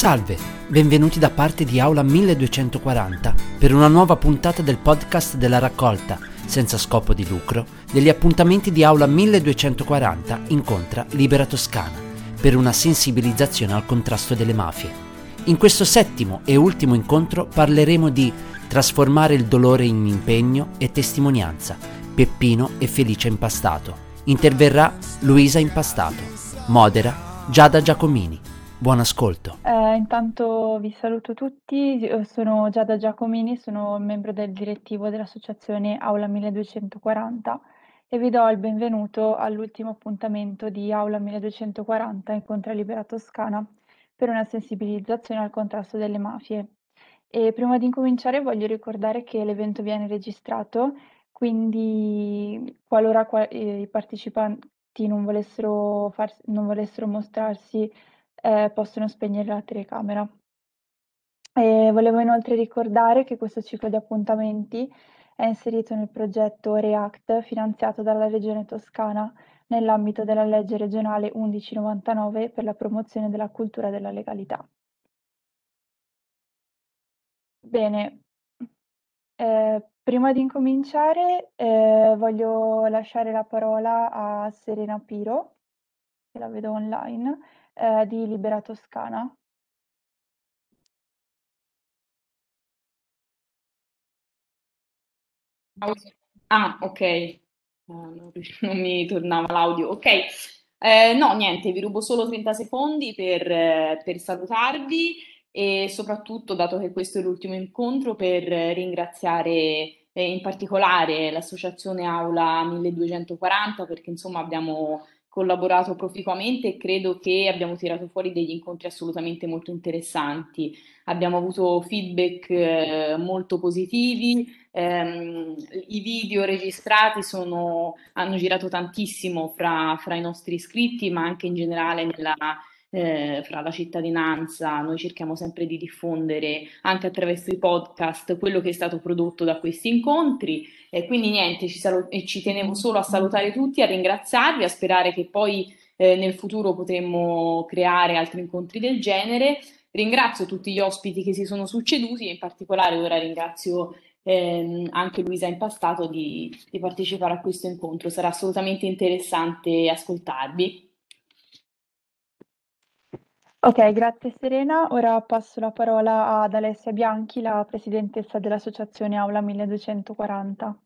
Salve, benvenuti da parte di Aula 1240 per una nuova puntata del podcast della raccolta, senza scopo di lucro, degli appuntamenti di Aula 1240 incontra Libera Toscana, per una sensibilizzazione al contrasto delle mafie. In questo settimo e ultimo incontro parleremo di trasformare il dolore in impegno e testimonianza, Peppino e Felice Impastato. Interverrà Luisa Impastato, modera Giada Giacomini. Buon ascolto. Intanto vi saluto tutti, io sono Giada Giacomini, sono membro del direttivo dell'associazione Aula 1240 e vi do il benvenuto all'ultimo appuntamento di Aula 1240 Incontra Libera Toscana per una sensibilizzazione al contrasto delle mafie. E prima di incominciare voglio ricordare che l'evento viene registrato, quindi qualora i partecipanti non volessero mostrarsi possono spegnere la telecamera. Volevo inoltre ricordare che questo ciclo di appuntamenti è inserito nel progetto REACT finanziato dalla Regione Toscana nell'ambito della legge regionale 1199 per la promozione della cultura della legalità. Bene, prima di incominciare voglio lasciare la parola a Serena Piro, che la vedo online, di Libera Toscana. Ok. Non mi tornava l'audio. Ok. No, niente, vi rubo solo 30 secondi per salutarvi e soprattutto, dato che questo è l'ultimo incontro, per ringraziare in particolare l'Associazione Aula 1240 perché insomma abbiamo collaborato proficuamente e credo che abbiamo tirato fuori degli incontri assolutamente molto interessanti. Abbiamo avuto feedback molto positivi. I video registrati hanno girato tantissimo fra i nostri iscritti, ma anche in generale fra la cittadinanza. Noi cerchiamo sempre di diffondere anche attraverso i podcast quello che è stato prodotto da questi incontri. E quindi niente, ci tenevo solo a salutare tutti, a ringraziarvi, a sperare che poi nel futuro potremmo creare altri incontri del genere. Ringrazio tutti gli ospiti che si sono succeduti e in particolare ora ringrazio anche Luisa Impastato di partecipare a questo incontro. Sarà assolutamente interessante ascoltarvi. Ok, grazie Serena. Ora passo la parola ad Alessia Bianchi, la presidentessa dell'Associazione Aula 1240.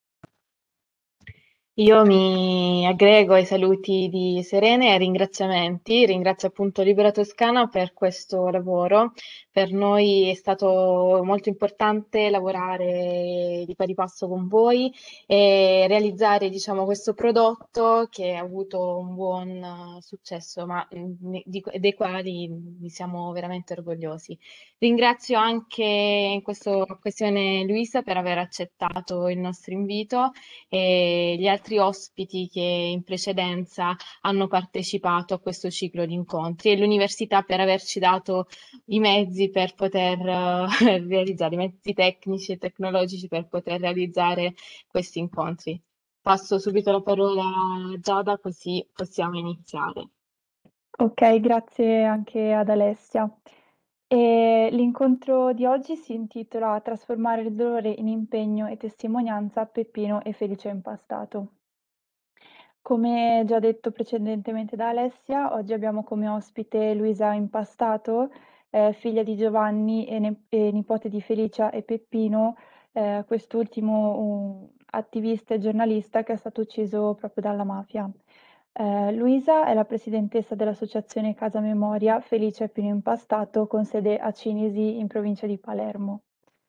Io mi aggrego ai saluti di Serena e ai ringraziamenti. Ringrazio appunto Libera Toscana per questo lavoro. Per noi è stato molto importante lavorare di pari passo con voi e realizzare, diciamo, questo prodotto che ha avuto un buon successo, ma dei quali ne siamo veramente orgogliosi. Ringrazio anche in questa occasione Luisa per aver accettato il nostro invito e gli altri ospiti che in precedenza hanno partecipato a questo ciclo di incontri e l'università per averci dato i mezzi per poter realizzare, i mezzi tecnici e tecnologici per poter realizzare questi incontri. Passo subito la parola a Giada così possiamo iniziare. Ok, grazie anche ad Alessia. L'incontro di oggi si intitola Trasformare il dolore in impegno e testimonianza, Peppino e Felice Impastato. Come già detto precedentemente da Alessia, oggi abbiamo come ospite Luisa Impastato, figlia di Giovanni e nipote di Felicia e Peppino, quest'ultimo un attivista e giornalista che è stato ucciso proprio dalla mafia. Luisa è la presidentessa dell'associazione Casa Memoria Felice e Pino Impastato con sede a Cinisi in provincia di Palermo.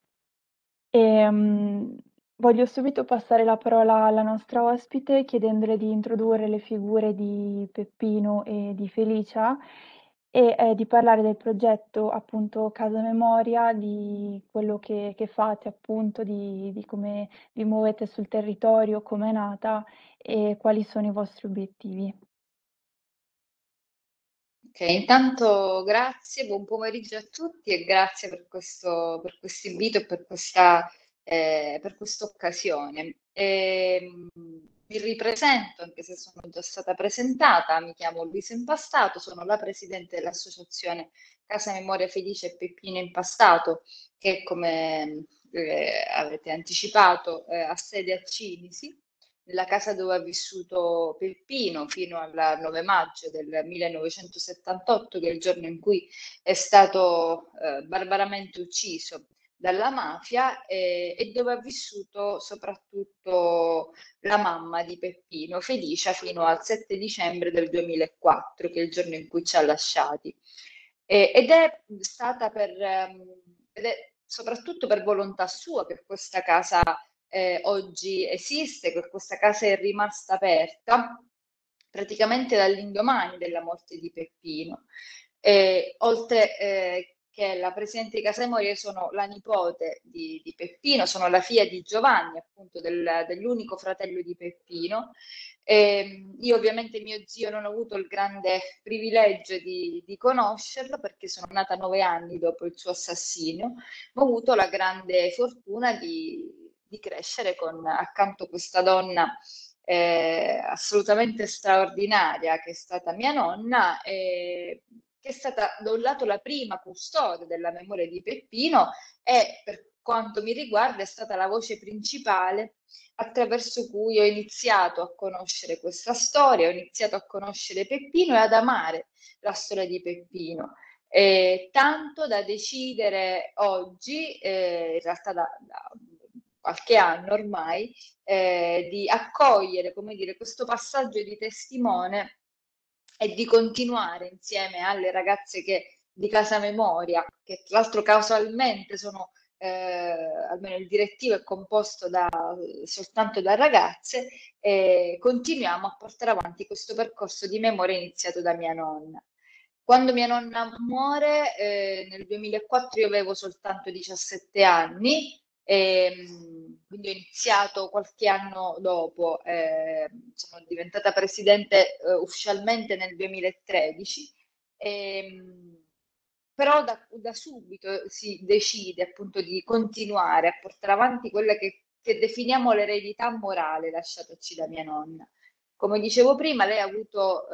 Voglio subito passare la parola alla nostra ospite chiedendole di introdurre le figure di Peppino e di Felicia e di parlare del progetto appunto Casa Memoria, di quello che fate appunto, di come vi muovete sul territorio, come è nata e quali sono i vostri obiettivi. Ok, intanto grazie, buon pomeriggio a tutti e grazie per questo invito e per questa occasione. Mi ripresento, anche se sono già stata presentata, mi chiamo Luisa Impastato, sono la presidente dell'associazione Casa Memoria Felice e Peppino Impastato, che come avete anticipato ha sede a Cinisi, nella casa dove ha vissuto Peppino fino al 9 maggio del 1978, che è il giorno in cui è stato barbaramente ucciso dalla mafia, e dove ha vissuto soprattutto la mamma di Peppino, Felicia, fino al 7 dicembre del 2004, che è il giorno in cui ci ha lasciati. Ed è stata ed è soprattutto per volontà sua che questa casa oggi esiste, che questa casa è rimasta aperta praticamente dall'indomani della morte di Peppino. Oltre che la presidente di Casa Memoria, sono la nipote di Peppino, sono la figlia di Giovanni, appunto dell'unico fratello di Peppino. Io ovviamente mio zio non ho avuto il grande privilegio di conoscerlo, perché sono nata 9 anni dopo il suo assassinio, ma ho avuto la grande fortuna di crescere accanto a questa donna assolutamente straordinaria, che è stata mia nonna, che è stata da un lato la prima custode della memoria di Peppino, e per quanto mi riguarda è stata la voce principale attraverso cui ho iniziato a conoscere questa storia, ho iniziato a conoscere Peppino e ad amare la storia di Peppino. Tanto da decidere oggi, in realtà da qualche anno ormai, di accogliere, come dire, questo passaggio di testimone e di continuare insieme alle ragazze di Casa Memoria, che tra l'altro casualmente sono, almeno il direttivo è composto soltanto da ragazze, continuiamo a portare avanti questo percorso di memoria iniziato da mia nonna. Quando mia nonna muore, nel 2004, io avevo soltanto 17 anni, quindi ho iniziato qualche anno dopo, sono diventata presidente ufficialmente nel 2013, però da subito si decide appunto di continuare a portare avanti quella che definiamo l'eredità morale lasciataci da mia nonna. Come dicevo prima, lei ha avuto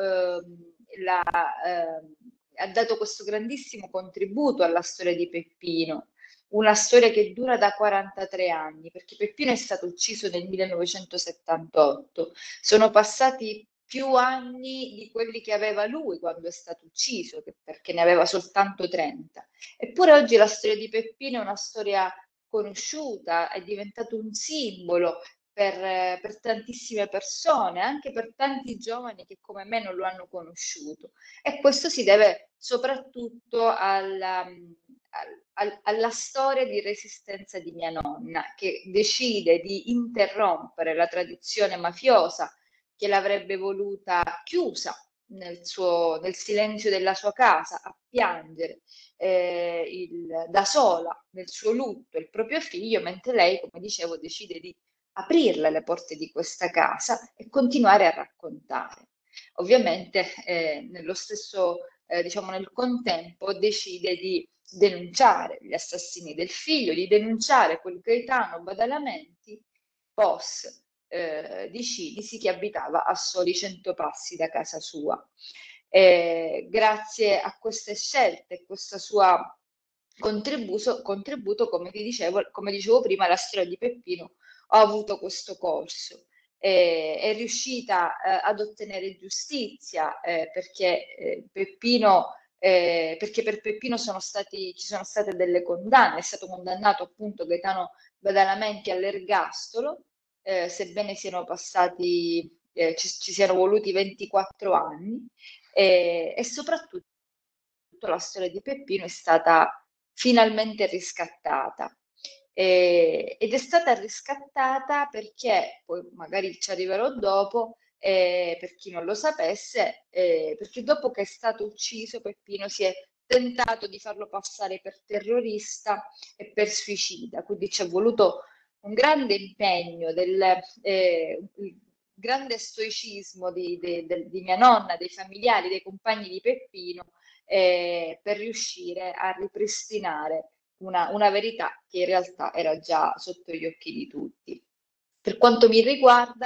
ha dato questo grandissimo contributo alla storia di Peppino, una storia che dura da 43 anni, perché Peppino è stato ucciso nel 1978. Sono passati più anni di quelli che aveva lui quando è stato ucciso, perché ne aveva soltanto 30. Eppure oggi la storia di Peppino è una storia conosciuta, è diventato un simbolo per tantissime persone, anche per tanti giovani che come me non lo hanno conosciuto. E questo si deve soprattutto alla storia di resistenza di mia nonna, che decide di interrompere la tradizione mafiosa che l'avrebbe voluta chiusa nel silenzio della sua casa, a piangere da sola nel suo lutto il proprio figlio, mentre lei, come dicevo, decide di aprirle le porte di questa casa e continuare a raccontare. Ovviamente nello stesso, diciamo nel contempo, decide di denunciare gli assassini del figlio, di denunciare quel Gaetano Badalamenti, boss di Cinisi, che abitava a soli 100 passi da casa sua. Grazie a queste scelte e questo suo contributo, come dicevo prima, la storia di Peppino ha avuto questo corso. È riuscita ad ottenere giustizia perché perché per Peppino ci sono state delle condanne. È stato condannato appunto Gaetano Badalamenti all'ergastolo, sebbene siano passati, ci siano voluti 24 anni, e soprattutto la storia di Peppino è stata finalmente riscattata. Ed è stata riscattata perché, poi magari ci arriverò dopo, per chi non lo sapesse, perché dopo che è stato ucciso Peppino si è tentato di farlo passare per terrorista e per suicida, quindi ci è voluto un grande impegno, il grande stoicismo di mia nonna, dei familiari, dei compagni di Peppino, per riuscire a ripristinare una verità che in realtà era già sotto gli occhi di tutti. Per quanto mi riguarda,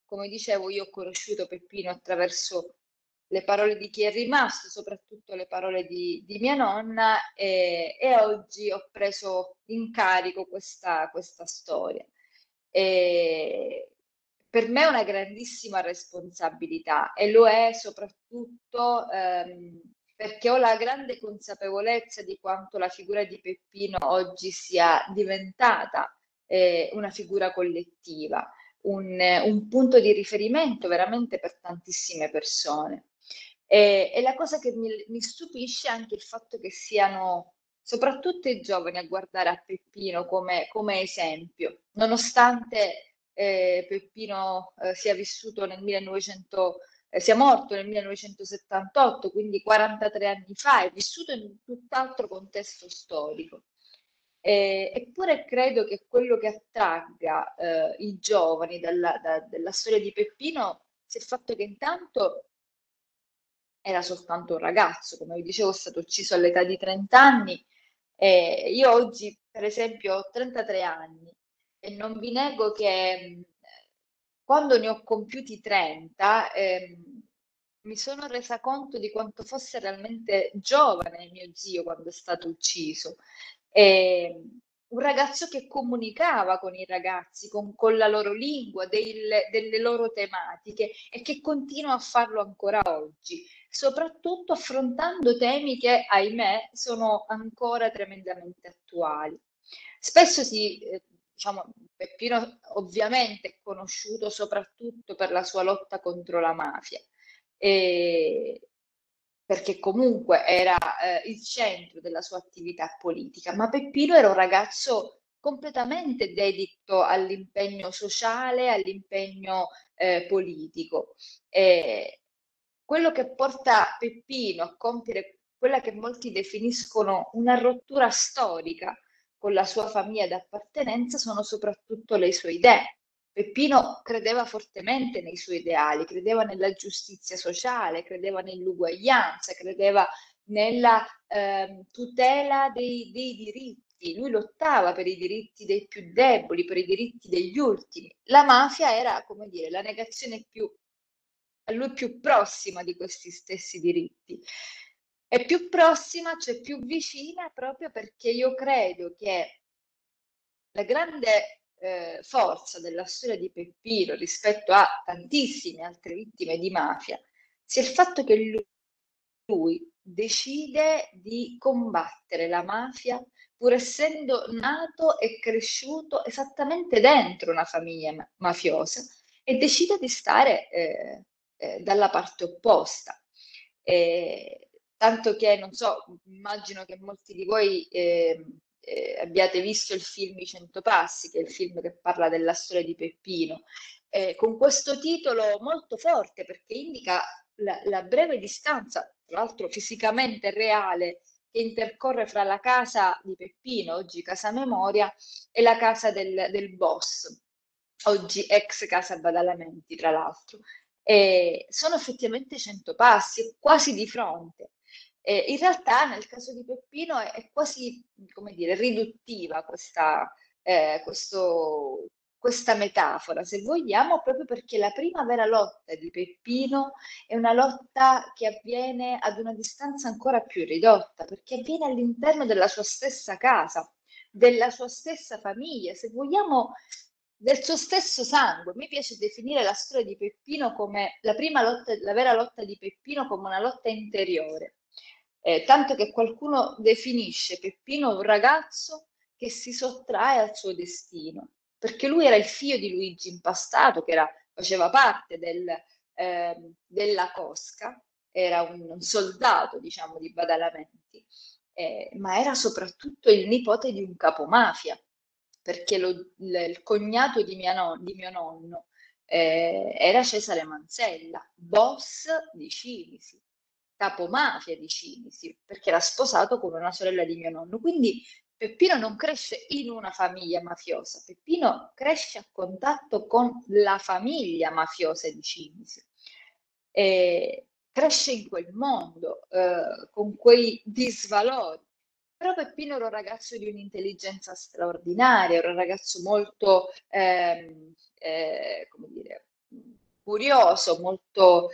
come dicevo, io ho conosciuto Peppino attraverso le parole di chi è rimasto, soprattutto le parole di mia nonna, e oggi ho preso in carico questa storia. E per me è una grandissima responsabilità e lo è soprattutto perché ho la grande consapevolezza di quanto la figura di Peppino oggi sia diventata una figura collettiva, un punto di riferimento veramente per tantissime persone. E la cosa che mi stupisce è anche il fatto che siano soprattutto i giovani a guardare a Peppino come esempio, nonostante Peppino sia vissuto nel 1900, sia morto nel 1978, quindi 43 anni fa, è vissuto in un tutt'altro contesto storico. Eppure credo che quello che attragga i giovani della storia di Peppino sia il fatto che intanto era soltanto un ragazzo, come vi dicevo, è stato ucciso all'età di 30 anni. Io oggi, per esempio, ho 33 anni e non vi nego che quando ne ho compiuti 30, mi sono resa conto di quanto fosse realmente giovane mio zio quando è stato ucciso. Un ragazzo che comunicava con i ragazzi, con la loro lingua, delle loro tematiche e che continua a farlo ancora oggi, soprattutto affrontando temi che, ahimè, sono ancora tremendamente attuali. Spesso diciamo, Peppino ovviamente è conosciuto soprattutto per la sua lotta contro la mafia, perché comunque era il centro della sua attività politica, ma Peppino era un ragazzo completamente dedito all'impegno sociale, all'impegno politico. Quello che porta Peppino a compiere quella che molti definiscono una rottura storica con la sua famiglia d'appartenenza sono soprattutto le sue idee. Peppino credeva fortemente nei suoi ideali, credeva nella giustizia sociale, credeva nell'uguaglianza, credeva nella tutela dei diritti. Lui lottava per i diritti dei più deboli, per i diritti degli ultimi. La mafia era, come dire, la negazione a lui più prossima di questi stessi diritti. È più prossima, cioè più vicina, proprio perché io credo che la grande forza della storia di Peppino rispetto a tantissime altre vittime di mafia sia il fatto che lui decide di combattere la mafia pur essendo nato e cresciuto esattamente dentro una famiglia mafiosa e decide di stare dalla parte opposta. Tanto che, non so, immagino che molti di voi abbiate visto il film I 100 Passi, che è il film che parla della storia di Peppino, con questo titolo molto forte perché indica la breve distanza, tra l'altro fisicamente reale, che intercorre fra la casa di Peppino, oggi Casa Memoria, e la casa del boss, oggi ex Casa Badalamenti, tra l'altro. Sono effettivamente 100 passi, quasi di fronte. In realtà nel caso di Peppino è quasi, come dire, riduttiva questa metafora, se vogliamo, proprio perché la prima vera lotta di Peppino è una lotta che avviene ad una distanza ancora più ridotta, perché avviene all'interno della sua stessa casa, della sua stessa famiglia, se vogliamo, del suo stesso sangue. Mi piace definire la storia di Peppino come la prima lotta, la vera lotta di Peppino come una lotta interiore. Tanto che qualcuno definisce Peppino un ragazzo che si sottrae al suo destino, perché lui era il figlio di Luigi Impastato, che faceva parte della cosca, era un soldato, diciamo, di Badalamenti, ma era soprattutto il nipote di un capomafia, perché il cognato di mio nonno era Cesare Manzella, boss di Cinisi, capomafia di Cinisi, perché era sposato con una sorella di mio nonno. Quindi Peppino non cresce in una famiglia mafiosa, Peppino cresce a contatto con la famiglia mafiosa di Cinisi. Cresce in quel mondo, con quei disvalori. Però Peppino era un ragazzo di un'intelligenza straordinaria, era un ragazzo molto, come dire, curioso, molto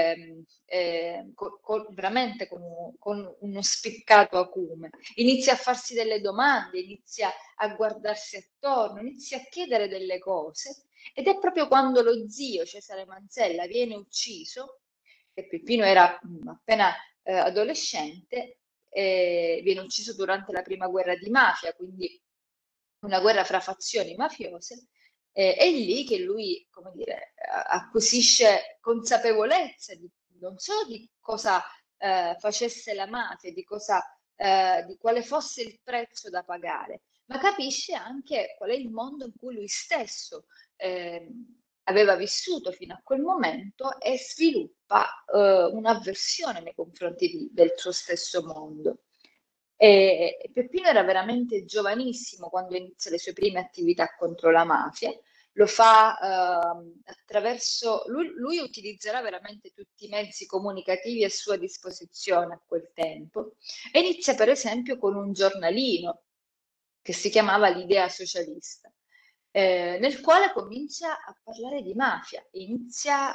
veramente con uno spiccato acume. Inizia a farsi delle domande, inizia a guardarsi attorno, inizia a chiedere delle cose, ed è proprio quando lo zio Cesare Manzella viene ucciso, che Peppino era appena adolescente, viene ucciso durante la prima guerra di mafia, quindi una guerra fra fazioni mafiose. È lì che lui, come dire, acquisisce consapevolezza non solo di cosa facesse la mafia, di quale fosse il prezzo da pagare, ma capisce anche qual è il mondo in cui lui stesso aveva vissuto fino a quel momento, e sviluppa un'avversione nei confronti del suo stesso mondo. E Peppino era veramente giovanissimo quando inizia le sue prime attività contro la mafia. Lo fa attraverso... Lui utilizzerà veramente tutti i mezzi comunicativi a sua disposizione a quel tempo, e inizia per esempio con un giornalino che si chiamava L'Idea Socialista, nel quale comincia a parlare di mafia, inizia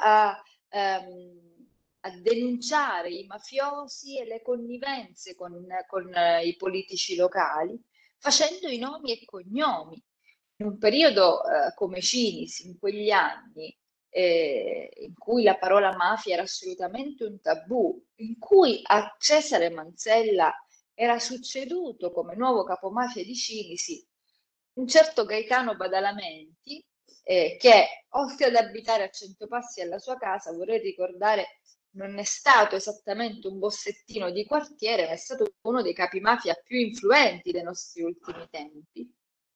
a denunciare i mafiosi e le connivenze con i politici locali, facendo i nomi e cognomi. In un periodo come Cinisi, in quegli anni, in cui la parola mafia era assolutamente un tabù, in cui a Cesare Manzella era succeduto come nuovo capomafia di Cinisi un certo Gaetano Badalamenti, che oltre ad abitare a 100 passi alla sua casa, vorrei ricordare, non è stato esattamente un bossettino di quartiere, ma è stato uno dei capimafia più influenti dei nostri ultimi tempi.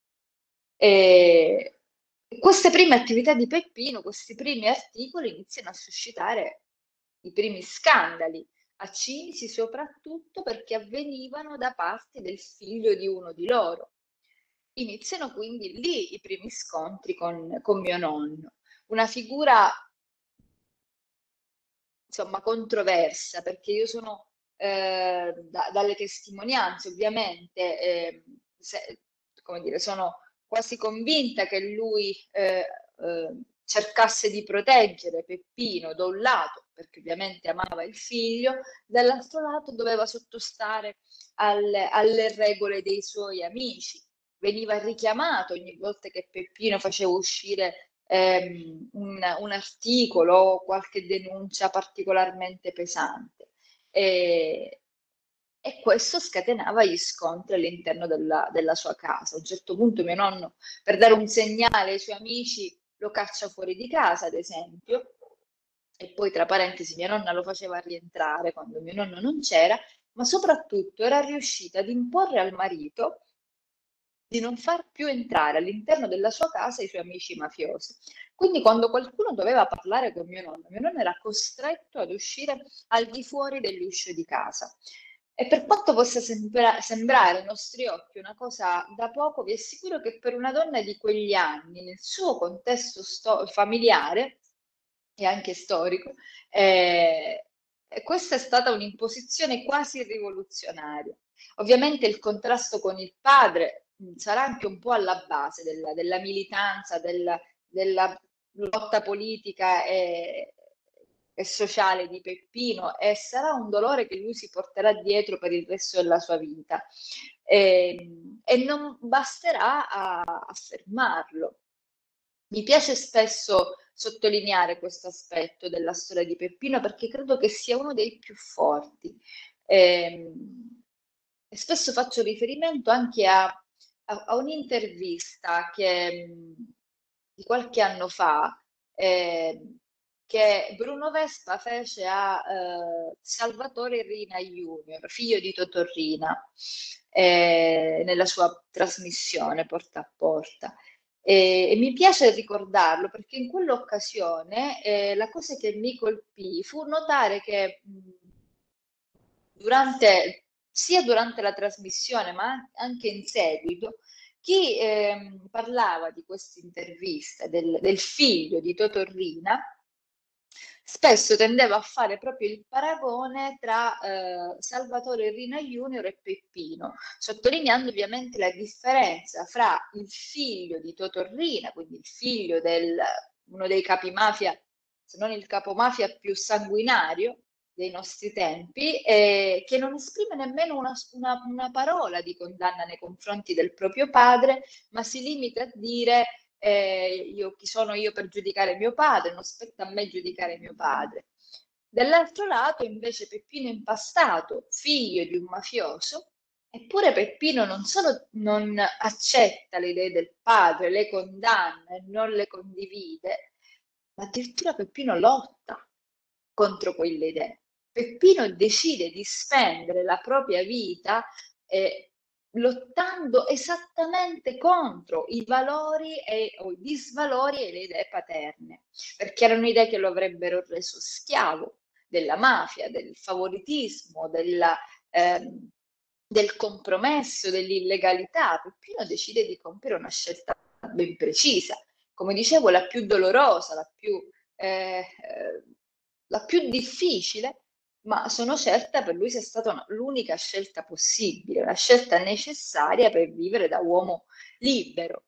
E queste prime attività di Peppino, questi primi articoli iniziano a suscitare i primi scandali a Cinisi, soprattutto perché avvenivano da parte del figlio di uno di loro. Iniziano quindi lì i primi scontri con mio nonno, una figura insomma controversa, perché io sono dalle testimonianze ovviamente, come dire, sono quasi convinta che lui cercasse di proteggere Peppino da un lato, perché ovviamente amava il figlio, dall'altro lato doveva sottostare alle regole dei suoi amici. Veniva richiamato ogni volta che Peppino faceva uscire un articolo o qualche denuncia particolarmente pesante. E questo scatenava gli scontri all'interno della sua casa. A un certo punto mio nonno, per dare un segnale ai suoi amici, lo caccia fuori di casa, ad esempio, e poi tra parentesi mia nonna lo faceva rientrare quando mio nonno non c'era, ma soprattutto era riuscita ad imporre al marito di non far più entrare all'interno della sua casa i suoi amici mafiosi. Quindi quando qualcuno doveva parlare con mio nonno era costretto ad uscire al di fuori dell'uscio di casa. E per quanto possa sembrare ai nostri occhi una cosa da poco, vi assicuro che per una donna di quegli anni, nel suo contesto familiare e anche storico, questa è stata un'imposizione quasi rivoluzionaria. Ovviamente il contrasto con il padre sarà anche un po' alla base della militanza, della lotta politica e sociale di Peppino, e sarà un dolore che lui si porterà dietro per il resto della sua vita. E non basterà a fermarlo. Mi piace spesso sottolineare questo aspetto della storia di Peppino perché credo che sia uno dei più forti. E spesso faccio riferimento anche a un'intervista di qualche anno fa che Bruno Vespa fece a Salvatore Rina Junior, figlio di Totò Riina, nella sua trasmissione Porta a Porta. E mi piace ricordarlo perché in quell'occasione la cosa che mi colpì fu notare che sia durante la trasmissione ma anche in seguito, chi parlava di questa intervista del figlio di Totò Riina spesso tendeva a fare proprio il paragone tra Salvatore Rina Junior e Peppino, sottolineando ovviamente la differenza fra il figlio di Totò Riina, quindi il figlio del uno dei capi mafia, se non il capomafia più sanguinario dei nostri tempi, che non esprime nemmeno una parola di condanna nei confronti del proprio padre, ma si limita a dire chi sono io per giudicare mio padre, non spetta a me giudicare mio padre. Dall'altro lato, invece, Peppino Impastato, figlio di un mafioso, eppure Peppino non solo non accetta le idee del padre, le condanna e non le condivide, ma addirittura Peppino lotta contro quelle idee. Peppino decide di spendere la propria vita lottando esattamente contro i valori o i disvalori e le idee paterne, perché erano idee che lo avrebbero reso schiavo della mafia, del favoritismo, del compromesso, dell'illegalità. Peppino decide di compiere una scelta ben precisa, come dicevo, la più dolorosa, la più difficile, ma sono certa per lui sia stata l'unica scelta possibile, la scelta necessaria per vivere da uomo libero.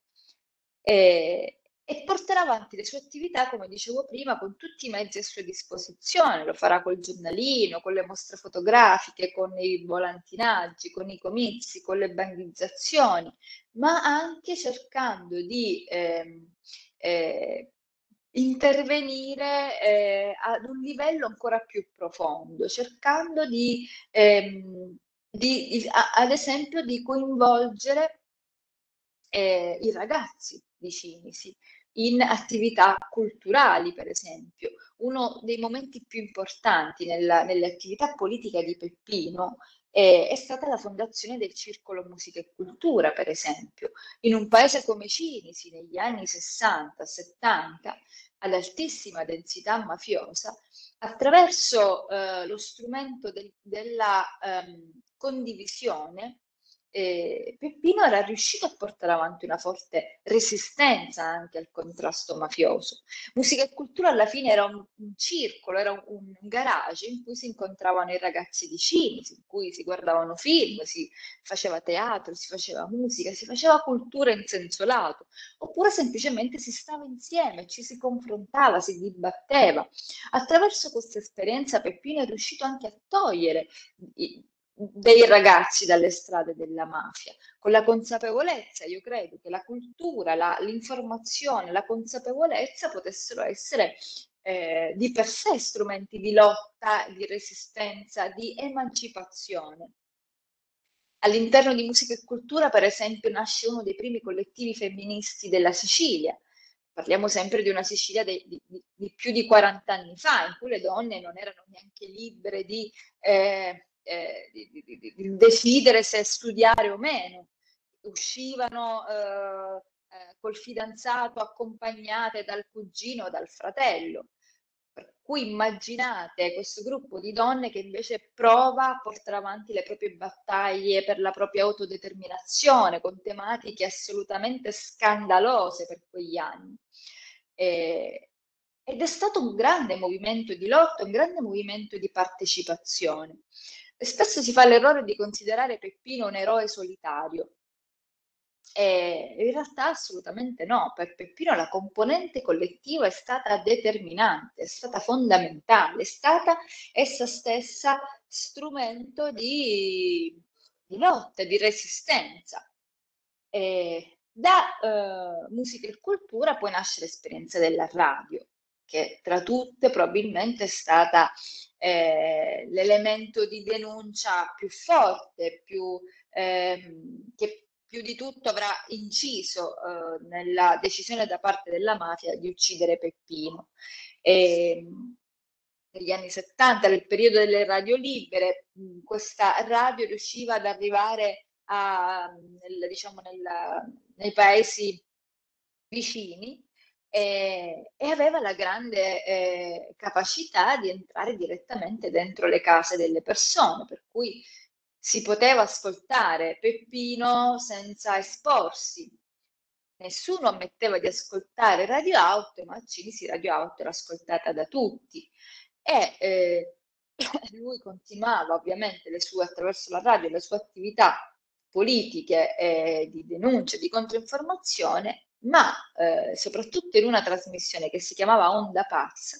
E porterà avanti le sue attività, come dicevo prima, con tutti i mezzi a sua disposizione. Lo farà col giornalino, con le mostre fotografiche, con i volantinaggi, con i comizi, con le bandizzazioni, ma anche cercando di intervenire ad un livello ancora più profondo, cercando ad esempio, di coinvolgere i ragazzi di Cinisi in attività culturali, per esempio. Uno dei momenti più importanti nelle attività politiche di Peppino è stata la fondazione del Circolo Musica e Cultura, per esempio. In un paese come Cinisi, negli anni 60-70, ad altissima densità mafiosa, attraverso lo strumento della condivisione, Peppino era riuscito a portare avanti una forte resistenza anche al contrasto mafioso. Musica e Cultura alla fine era un circolo, era un garage in cui si incontravano i ragazzi di Cinisi, in cui si guardavano film, si faceva teatro, si faceva musica, si faceva cultura in senso lato, oppure semplicemente si stava insieme, ci si confrontava, si dibatteva. Attraverso questa esperienza Peppino è riuscito anche a togliere dei ragazzi dalle strade della mafia, con la consapevolezza, io credo, che la cultura, l'informazione, la consapevolezza potessero essere di per sé strumenti di lotta, di resistenza, di emancipazione. All'interno di Musica e Cultura, per esempio, nasce uno dei primi collettivi femministi della Sicilia. Parliamo sempre di una Sicilia di più di 40 anni fa, in cui le donne non erano neanche libere di decidere se studiare o meno. Uscivano col fidanzato, accompagnate dal cugino o dal fratello. Per cui immaginate questo gruppo di donne che invece prova a portare avanti le proprie battaglie per la propria autodeterminazione, con tematiche assolutamente scandalose per quegli anni. Ed è stato un grande movimento di lotta, un grande movimento di partecipazione. E spesso si fa l'errore di considerare Peppino un eroe solitario. In realtà assolutamente no, per Peppino la componente collettiva è stata determinante, è stata fondamentale, è stata essa stessa strumento di lotta, di resistenza. Da Musica e Cultura poi nasce l'esperienza della radio, che tra tutte probabilmente è stata l'elemento di denuncia più forte, che più di tutto avrà inciso nella decisione da parte della mafia di uccidere Peppino. Negli anni 70, nel periodo delle radio libere, questa radio riusciva ad arrivare nei paesi vicini e aveva la grande capacità di entrare direttamente dentro le case delle persone, per cui si poteva ascoltare Peppino senza esporsi. Nessuno ammetteva di ascoltare Radio Out, ma a Cinisi Radio Out era ascoltata da tutti. E lui continuava ovviamente attraverso la radio le sue attività politiche di denuncia, di controinformazione, ma soprattutto in una trasmissione che si chiamava Onda Pazza,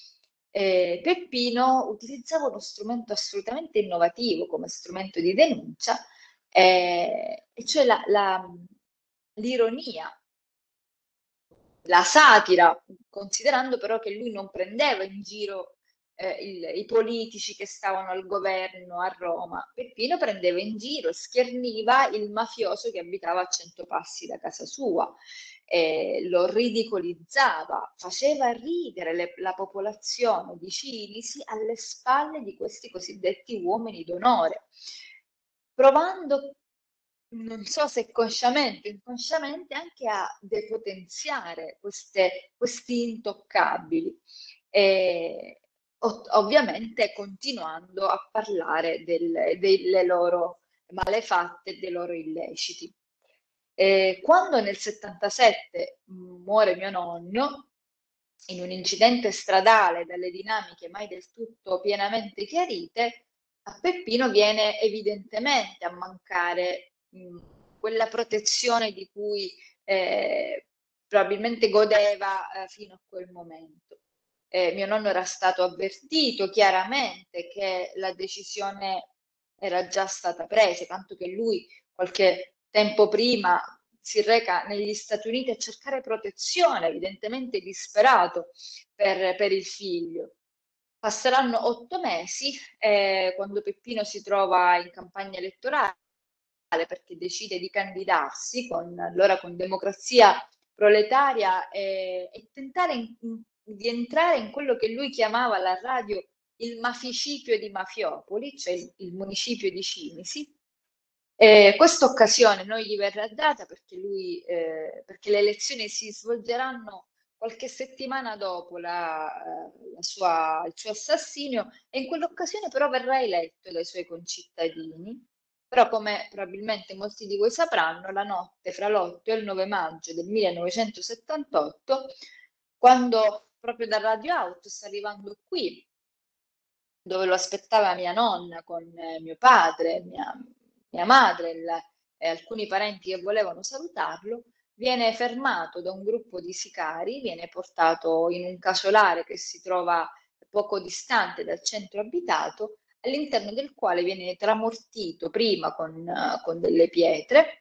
Peppino utilizzava uno strumento assolutamente innovativo come strumento di denuncia, e cioè l'ironia, la satira, considerando però che lui non prendeva in giro i politici che stavano al governo a Roma. Peppino prendeva in giro, schierniva il mafioso che abitava a 100 passi da casa sua, lo ridicolizzava, faceva ridere la popolazione di Cinisi alle spalle di questi cosiddetti uomini d'onore, provando, non so se consciamente o inconsciamente, anche a depotenziare questi intoccabili. Ovviamente continuando a parlare delle loro malefatte e dei loro illeciti. Quando nel 77 muore mio nonno, in un incidente stradale dalle dinamiche mai del tutto pienamente chiarite, a Peppino viene evidentemente a mancare quella protezione di cui probabilmente godeva fino a quel momento. Mio nonno era stato avvertito chiaramente che la decisione era già stata presa, tanto che lui qualche tempo prima si reca negli Stati Uniti a cercare protezione, evidentemente disperato per il figlio. Passeranno 8 mesi quando Peppino si trova in campagna elettorale perché decide di candidarsi allora con Democrazia Proletaria e tentare di entrare in quello che lui chiamava alla radio il maficipio di Mafiopoli, cioè il municipio di Cinisi. Questa occasione non gli verrà data perché perché le elezioni si svolgeranno qualche settimana dopo il suo assassinio, e in quell'occasione però verrà eletto dai suoi concittadini. Però, come probabilmente molti di voi sapranno, la notte fra l'8 e il 9 maggio del 1978, quando proprio da Radio Out sta arrivando qui, dove lo aspettava mia nonna con mio padre, mia madre e alcuni parenti che volevano salutarlo, viene fermato da un gruppo di sicari, viene portato in un casolare che si trova poco distante dal centro abitato, all'interno del quale viene tramortito prima con delle pietre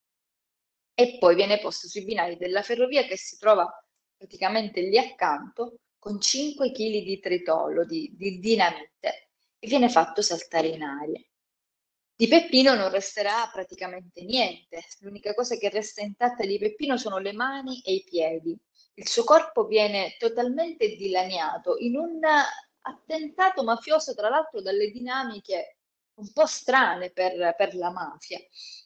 e poi viene posto sui binari della ferrovia che si trova praticamente lì accanto, con 5 kg di tritolo, di dinamite, e viene fatto saltare in aria. Di Peppino non resterà praticamente niente, l'unica cosa che resta intatta di Peppino sono le mani e i piedi. Il suo corpo viene totalmente dilaniato in un attentato mafioso, tra l'altro dalle dinamiche un po' strane per la mafia.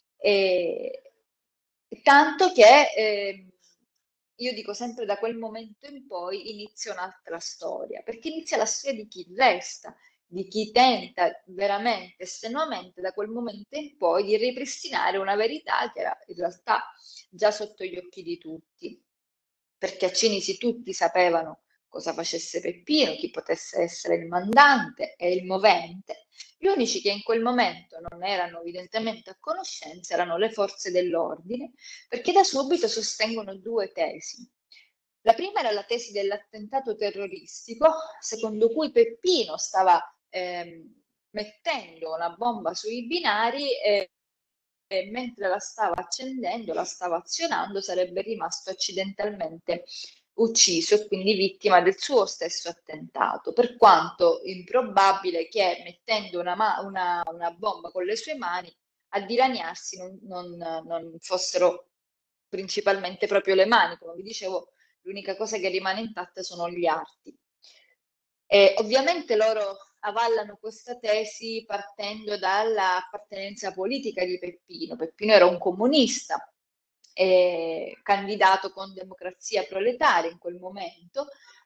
Tanto che io dico sempre, da quel momento in poi inizia un'altra storia, perché inizia la storia di chi resta, di chi tenta veramente, estenuamente, da quel momento in poi di ripristinare una verità che era in realtà già sotto gli occhi di tutti, perché a Cinisi tutti sapevano cosa facesse Peppino, chi potesse essere il mandante e il movente. Gli unici che in quel momento non erano evidentemente a conoscenza erano le forze dell'ordine, perché da subito sostengono 2 tesi. La prima era la tesi dell'attentato terroristico, secondo cui Peppino stava mettendo una bomba sui binari e mentre la stava accendendo, la stava azionando, sarebbe rimasto accidentalmente ucciso e quindi vittima del suo stesso attentato, per quanto improbabile che mettendo una bomba con le sue mani a dilaniarsi non fossero principalmente proprio le mani, come vi dicevo, l'unica cosa che rimane intatta sono gli arti. Ovviamente loro avallano questa tesi partendo dall'appartenenza politica di Peppino. Peppino era un comunista, candidato con Democrazia Proletaria in quel momento.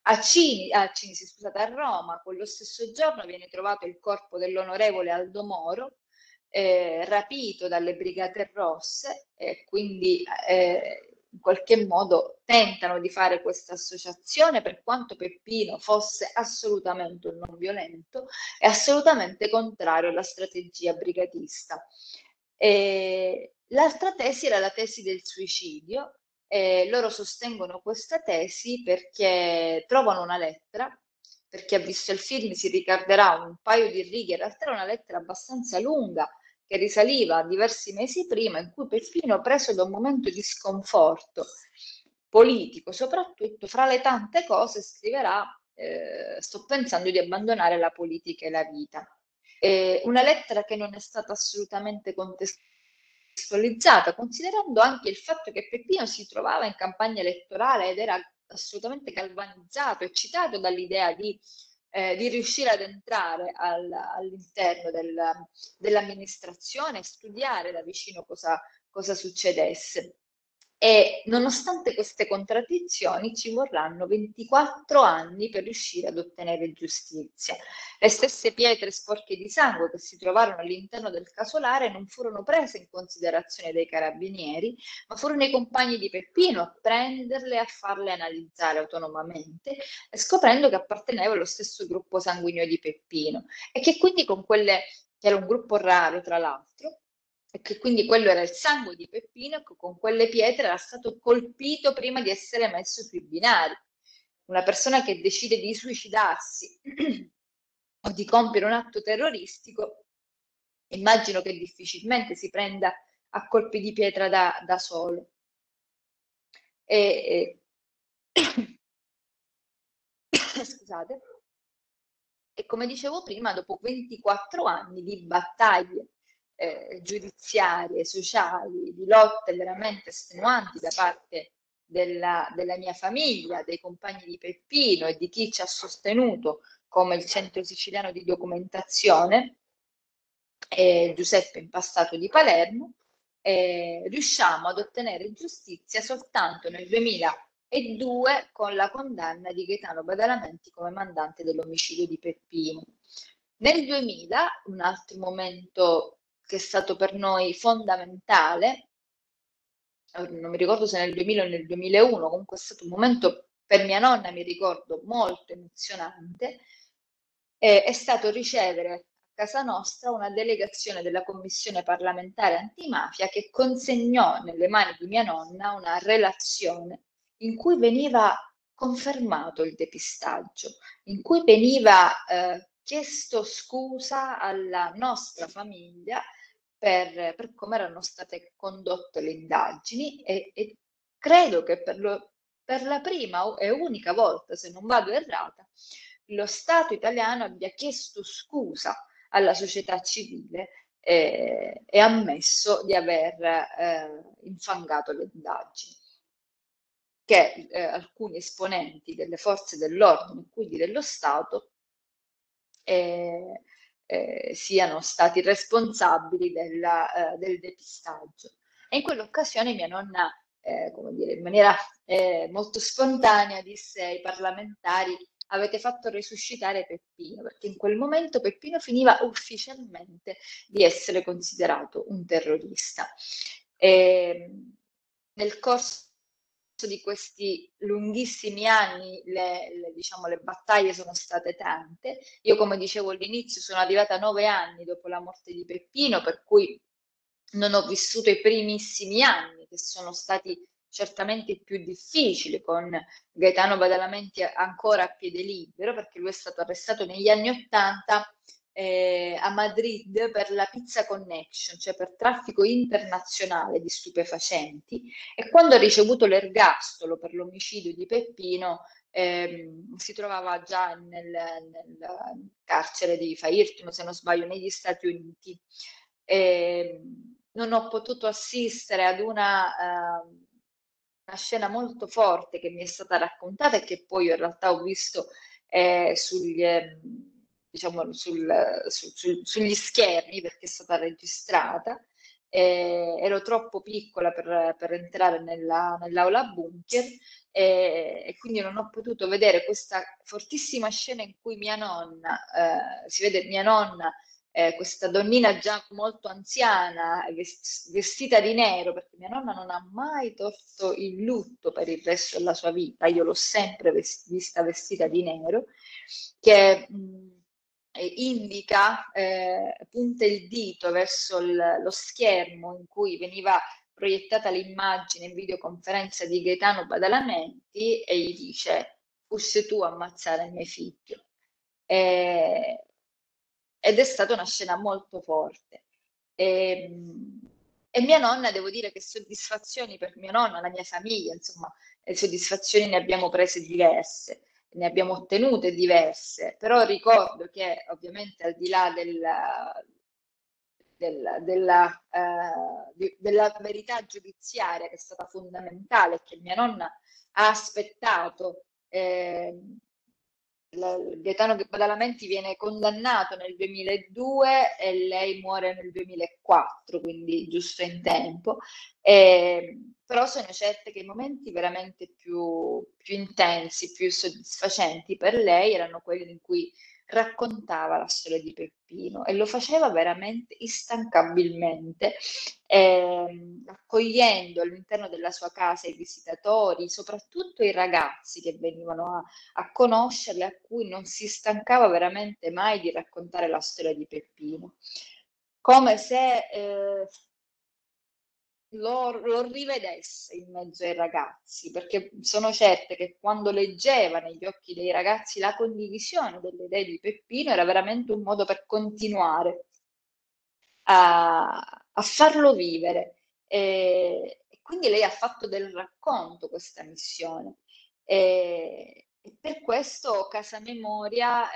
A Roma, quello stesso giorno viene trovato il corpo dell'onorevole Aldo Moro, rapito dalle Brigate Rosse, e quindi in qualche modo tentano di fare questa associazione, per quanto Peppino fosse assolutamente un non violento e assolutamente contrario alla strategia brigatista. L'altra tesi era la tesi del suicidio, Loro sostengono questa tesi perché trovano una lettera, per chi ha visto il film si ricorderà un paio di righe, in realtà era una lettera abbastanza lunga che risaliva a diversi mesi prima, in cui Peppino, preso da un momento di sconforto politico, soprattutto fra le tante cose, scriverà sto pensando di abbandonare la politica e la vita. Una lettera che non è stata assolutamente contestualizzata, considerando anche il fatto che Peppino si trovava in campagna elettorale ed era assolutamente galvanizzato, eccitato dall'idea di riuscire ad entrare all'interno dell'amministrazione e studiare da vicino cosa succedesse. E nonostante queste contraddizioni ci vorranno 24 anni per riuscire ad ottenere giustizia. Le stesse pietre sporche di sangue che si trovarono all'interno del casolare non furono prese in considerazione dai carabinieri, ma furono i compagni di Peppino a prenderle e a farle analizzare autonomamente, scoprendo che apparteneva allo stesso gruppo sanguigno di Peppino e che quindi con quelle, che era un gruppo raro tra l'altro, e che quindi quello era il sangue di Peppino, che con quelle pietre era stato colpito prima di essere messo sui binari. Una persona che decide di suicidarsi o di compiere un atto terroristico, immagino che difficilmente si prenda a colpi di pietra da solo. Scusate. E come dicevo prima, dopo 24 anni di battaglie giudiziarie, sociali, di lotte veramente estenuanti da parte della mia famiglia, dei compagni di Peppino e di chi ci ha sostenuto come il Centro Siciliano di Documentazione, Giuseppe Impastato di Palermo, riusciamo ad ottenere giustizia soltanto nel 2002 con la condanna di Gaetano Badalamenti come mandante dell'omicidio di Peppino. Nel 2000, un altro momento che è stato per noi fondamentale, non mi ricordo se nel 2000 o nel 2001, comunque è stato un momento per mia nonna, mi ricordo, molto emozionante, è stato ricevere a casa nostra una delegazione della Commissione parlamentare antimafia che consegnò nelle mani di mia nonna una relazione in cui veniva confermato il depistaggio, in cui veniva chiesto scusa alla nostra famiglia per come erano state condotte le indagini e credo che per la prima e unica volta, se non vado errata, lo Stato italiano abbia chiesto scusa alla società civile e ammesso di aver infangato le indagini. Che alcuni esponenti delle forze dell'ordine e quindi dello Stato siano stati responsabili del depistaggio. E in quell'occasione mia nonna, come dire, in maniera molto spontanea disse ai parlamentari: avete fatto resuscitare Peppino, perché in quel momento Peppino finiva ufficialmente di essere considerato un terrorista. Nel corso di questi lunghissimi anni diciamo, le battaglie sono state tante. Io, come dicevo all'inizio, sono arrivata 9 anni dopo la morte di Peppino, per cui non ho vissuto i primissimi anni, che sono stati certamente i più difficili, con Gaetano Badalamenti ancora a piede libero, perché lui è stato arrestato negli anni '80 a Madrid per la Pizza Connection, cioè per traffico internazionale di stupefacenti, e quando ha ricevuto l'ergastolo per l'omicidio di Peppino si trovava già nel carcere di Fairton, se non sbaglio, negli Stati Uniti. Non ho potuto assistere ad una scena molto forte che mi è stata raccontata e che poi in realtà ho visto diciamo sugli schermi, perché è stata registrata. Ero troppo piccola per entrare nell'aula bunker e quindi non ho potuto vedere questa fortissima scena in cui mia nonna, si vede mia nonna, questa donnina già molto anziana, vestita di nero, perché mia nonna non ha mai tolto il lutto per il resto della sua vita, io l'ho sempre vista vestita di nero, che indica, punta il dito verso lo schermo in cui veniva proiettata l'immagine in videoconferenza di Gaetano Badalamenti e gli dice: "Fussi tu a ammazzare mio figlio". Ed è stata una scena molto forte. E, e mia nonna, devo dire che soddisfazioni per mia nonna, la mia famiglia, insomma, soddisfazioni ne abbiamo prese diverse, ne abbiamo ottenute diverse, però ricordo che ovviamente al di là della verità giudiziaria, che è stata fondamentale, che mia nonna ha aspettato. Gaetano Badalamenti viene condannato nel 2002 e lei muore nel 2004, quindi giusto in tempo. Però sono certa che i momenti veramente più intensi, più soddisfacenti per lei erano quelli in cui raccontava la storia di Peppino, e lo faceva veramente instancabilmente, accogliendo all'interno della sua casa i visitatori, soprattutto i ragazzi che venivano a conoscerle, a cui non si stancava veramente mai di raccontare la storia di Peppino, come se lo rivedesse in mezzo ai ragazzi, perché sono certa che quando leggeva negli occhi dei ragazzi la condivisione delle idee di Peppino era veramente un modo per continuare a farlo vivere. E quindi lei ha fatto del racconto questa missione. E per questo Casa Memoria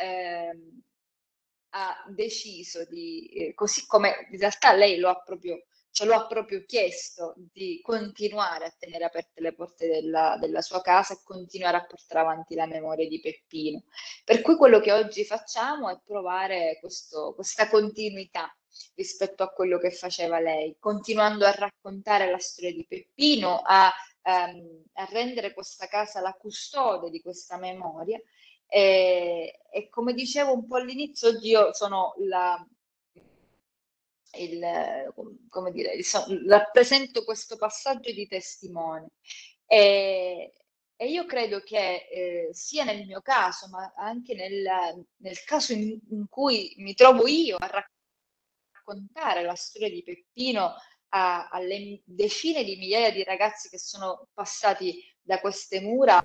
ha deciso così come in realtà lei ce lo ha proprio chiesto, di continuare a tenere aperte le porte della sua casa e continuare a portare avanti la memoria di Peppino. Per cui quello che oggi facciamo è provare questa continuità rispetto a quello che faceva lei, continuando a raccontare la storia di Peppino, a rendere questa casa la custode di questa memoria. E come dicevo un po' all'inizio, oggi io sono come dire, rappresento questo passaggio di testimone. E io credo che sia nel mio caso, ma anche nel caso in cui mi trovo io a raccontare la storia di Peppino alle decine di migliaia di ragazzi che sono passati da queste mura,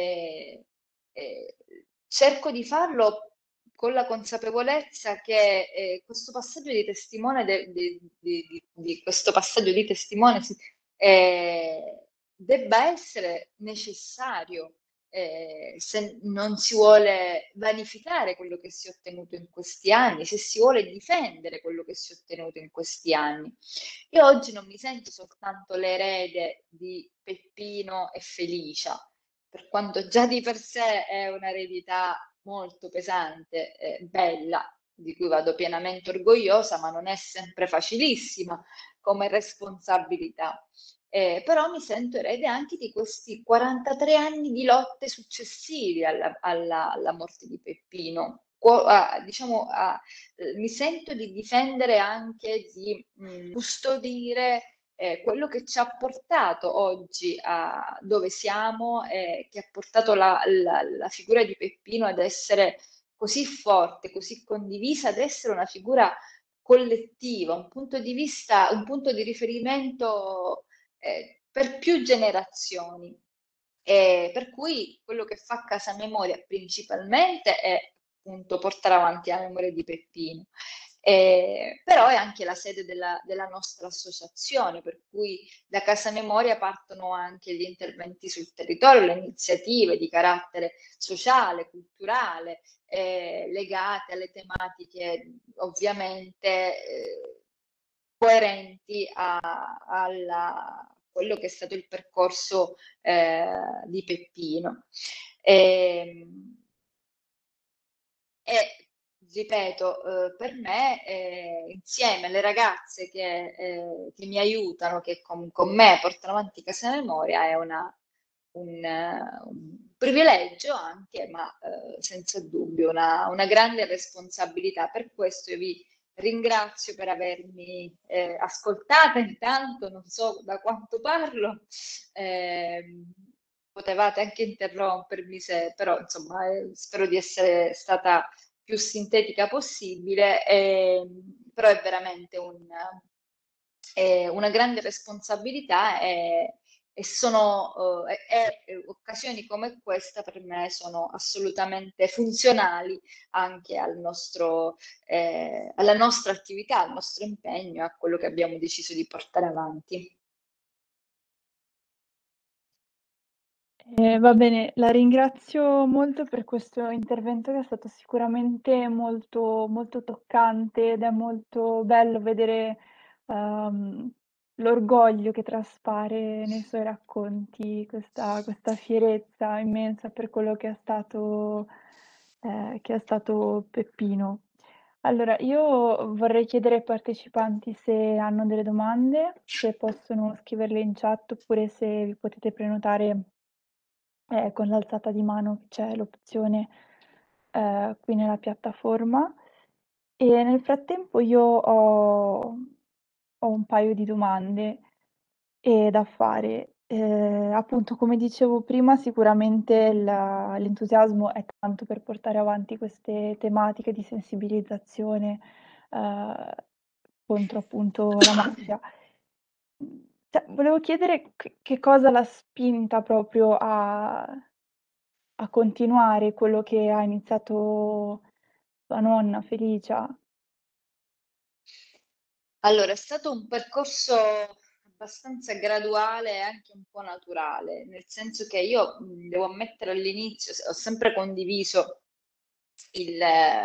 cerco di farlo con la consapevolezza che questo passaggio di testimone, di questo passaggio di testimone debba essere necessario, se non si vuole vanificare quello che si è ottenuto in questi anni, se si vuole difendere quello che si è ottenuto in questi anni. Io oggi non mi sento soltanto l'erede di Peppino e Felicia, per quanto già di per sé è un'eredità molto pesante, bella, di cui vado pienamente orgogliosa, ma non è sempre facilissima come responsabilità. Però mi sento erede anche di questi 43 anni di lotte successivi alla morte di Peppino. Diciamo, mi sento di difendere anche, di custodire quello che ci ha portato oggi a dove siamo, che ha portato la figura di Peppino ad essere così forte, così condivisa, ad essere una figura collettiva, un punto di vista, un punto di riferimento per più generazioni. Per cui quello che fa Casa Memoria principalmente è appunto portare avanti la memoria di Peppino. Però è anche la sede della nostra associazione, per cui da Casa Memoria partono anche gli interventi sul territorio, le iniziative di carattere sociale, culturale, legate alle tematiche ovviamente coerenti a quello che è stato il percorso di Peppino. E ripeto, per me, insieme alle ragazze che mi aiutano, che con me portano avanti Casa Memoria, è un privilegio anche, ma senza dubbio una grande responsabilità. Per questo io vi ringrazio per avermi ascoltata intanto, non so da quanto parlo, potevate anche interrompermi se, però insomma spero di essere stata più sintetica possibile, però è veramente una grande responsabilità e occasioni come questa per me sono assolutamente funzionali anche alla nostra attività, al nostro impegno, a quello che abbiamo deciso di portare avanti. Va bene, la ringrazio molto per questo intervento che è stato sicuramente molto, molto toccante ed è molto bello vedere l'orgoglio che traspare nei suoi racconti, questa fierezza immensa per quello che è stato Peppino. Allora, io vorrei chiedere ai partecipanti se hanno delle domande, se possono scriverle in chat oppure se vi potete prenotare con l'alzata di mano c'è l'opzione qui nella piattaforma. E nel frattempo io ho un paio di domande da fare. Appunto, come dicevo prima, sicuramente l'entusiasmo è tanto per portare avanti queste tematiche di sensibilizzazione eh, contro appunto la mafia. Cioè, volevo chiedere che cosa l'ha spinta proprio a continuare quello che ha iniziato sua nonna Felicia. Allora, è stato un percorso abbastanza graduale e anche un po' naturale, nel senso che io devo ammettere all'inizio, ho sempre condiviso il,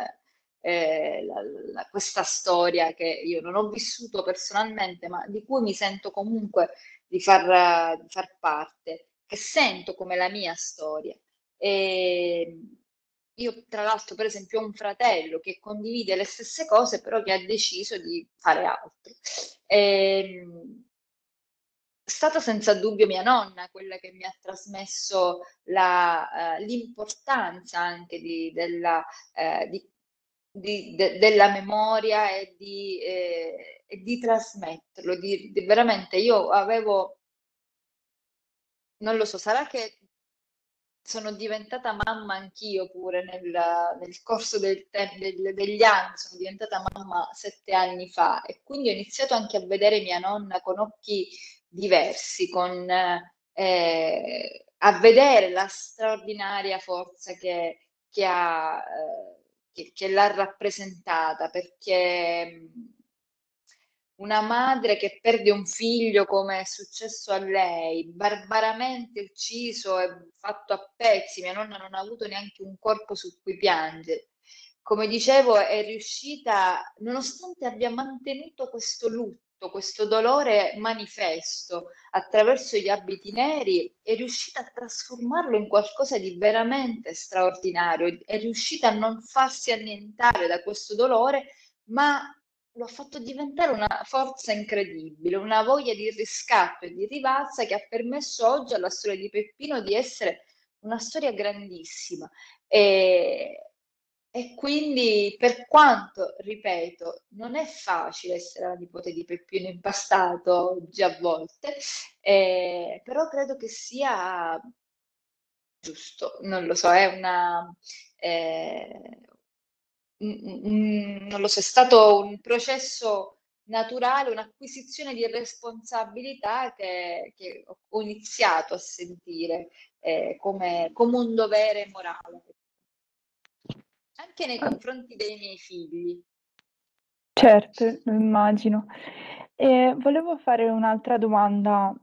questa storia che io non ho vissuto personalmente, ma di cui mi sento comunque di far parte, che sento come la mia storia. E io, tra l'altro, per esempio, ho un fratello che condivide le stesse cose, però che ha deciso di fare altro. È stata senza dubbio mia nonna quella che mi ha trasmesso l'importanza anche della memoria e di trasmetterlo. Veramente io avevo, non lo so, sarà che sono diventata mamma anch'io pure nel corso degli anni, sono diventata mamma 7 anni fa e quindi ho iniziato anche a vedere mia nonna con occhi diversi, a vedere la straordinaria forza che l'ha rappresentata, perché una madre che perde un figlio come è successo a lei, barbaramente ucciso e fatto a pezzi, mia nonna non ha avuto neanche un corpo su cui piangere. Come dicevo, è riuscita, nonostante abbia mantenuto questo lutto, questo dolore manifesto attraverso gli abiti neri, è riuscita a trasformarlo in qualcosa di veramente straordinario, è riuscita a non farsi annientare da questo dolore, ma lo ha fatto diventare una forza incredibile, una voglia di riscatto e di rivalsa che ha permesso oggi alla storia di Peppino di essere una storia grandissima. E, e quindi, per quanto, ripeto, non è facile essere la nipote di Peppino Impastato oggi a volte, però credo che sia giusto, non lo so, eh, non lo so, è stato un processo naturale, un'acquisizione di responsabilità che ho iniziato a sentire come un dovere morale, anche nei Ah, confronti dei miei figli. certo, lo immagino. E volevo fare un'altra domanda.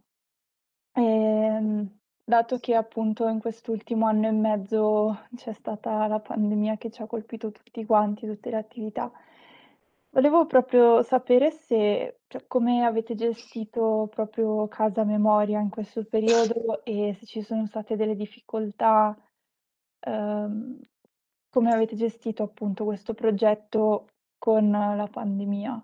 Dato che appunto in quest'ultimo anno e mezzo c'è stata la pandemia che ci ha colpito tutti quanti, tutte le attività, volevo proprio sapere se, cioè, come avete gestito proprio Casa Memoria in questo periodo e se ci sono state delle difficoltà, ehm, come avete gestito appunto questo progetto con la pandemia.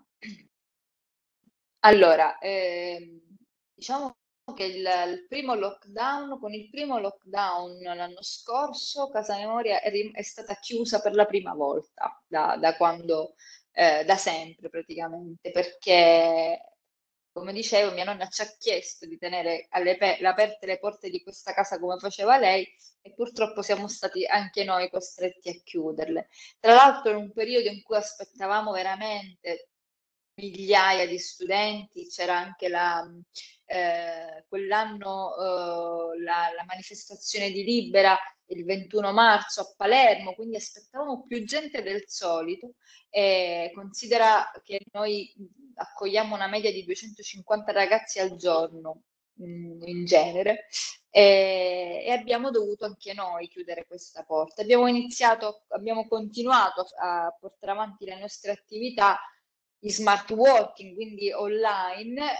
Allora, diciamo che con il primo lockdown l'anno scorso, Casa Memoria è stata chiusa per la prima volta da quando, da sempre praticamente, perché, come dicevo, mia nonna ci ha chiesto di tenere aperte le porte di questa casa come faceva lei e purtroppo siamo stati anche noi costretti a chiuderle. Tra l'altro in un periodo in cui aspettavamo veramente migliaia di studenti, c'era anche quell'anno la manifestazione di Libera il 21 marzo a Palermo, quindi aspettavamo più gente del solito. Considera che noi accogliamo una media di 250 ragazzi al giorno, in genere, e abbiamo dovuto anche noi chiudere questa porta. Abbiamo continuato a portare avanti le nostre attività in smart working, quindi online,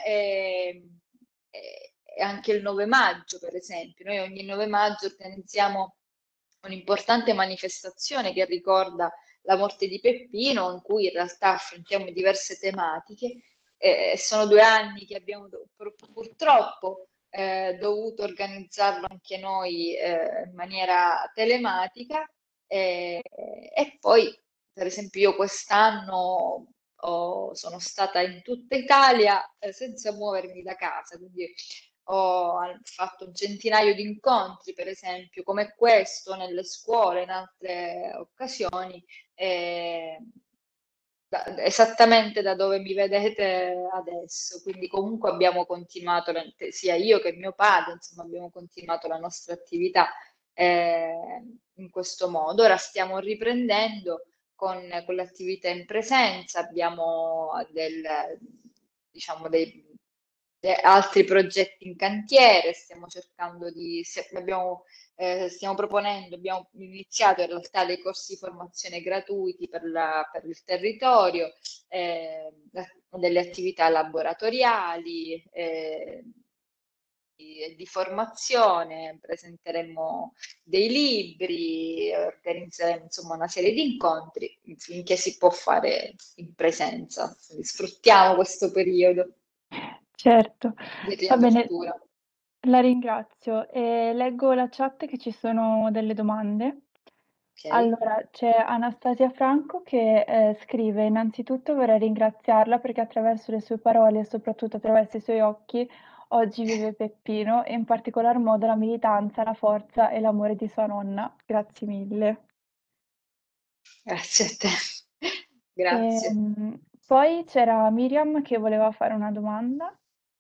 e anche il 9 maggio, per esempio. Noi ogni 9 maggio organizziamo un'importante manifestazione che ricorda la morte di Peppino, in cui in realtà affrontiamo diverse tematiche. Sono 2 anni che abbiamo purtroppo dovuto organizzarlo anche noi in maniera telematica, e poi, per esempio, io quest'anno sono stata in tutta Italia senza muovermi da casa, quindi ho fatto un centinaio di incontri, per esempio, come questo nelle scuole, in altre occasioni, eh, esattamente da dove mi vedete adesso. Quindi comunque abbiamo continuato, sia io che mio padre, insomma, abbiamo continuato la nostra attività in questo modo. Ora stiamo riprendendo con l'attività in presenza, abbiamo diciamo, altri progetti in cantiere, stiamo cercando stiamo proponendo, abbiamo iniziato in realtà dei corsi di formazione gratuiti per il territorio, delle attività laboratoriali, di formazione, presenteremo dei libri, organizzeremo insomma una serie di incontri finché si può fare in presenza. Quindi sfruttiamo questo periodo Certo, di va bene, riapertura. la ringrazio. E leggo la chat che ci sono delle domande. Ok? Allora, c'è Anastasia Franco che scrive: innanzitutto vorrei ringraziarla perché attraverso le sue parole e soprattutto attraverso i suoi occhi oggi vive Peppino e in particolar modo la militanza, la forza e l'amore di sua nonna. Grazie mille. Grazie a te. Grazie. Poi c'era Miriam che voleva fare una domanda.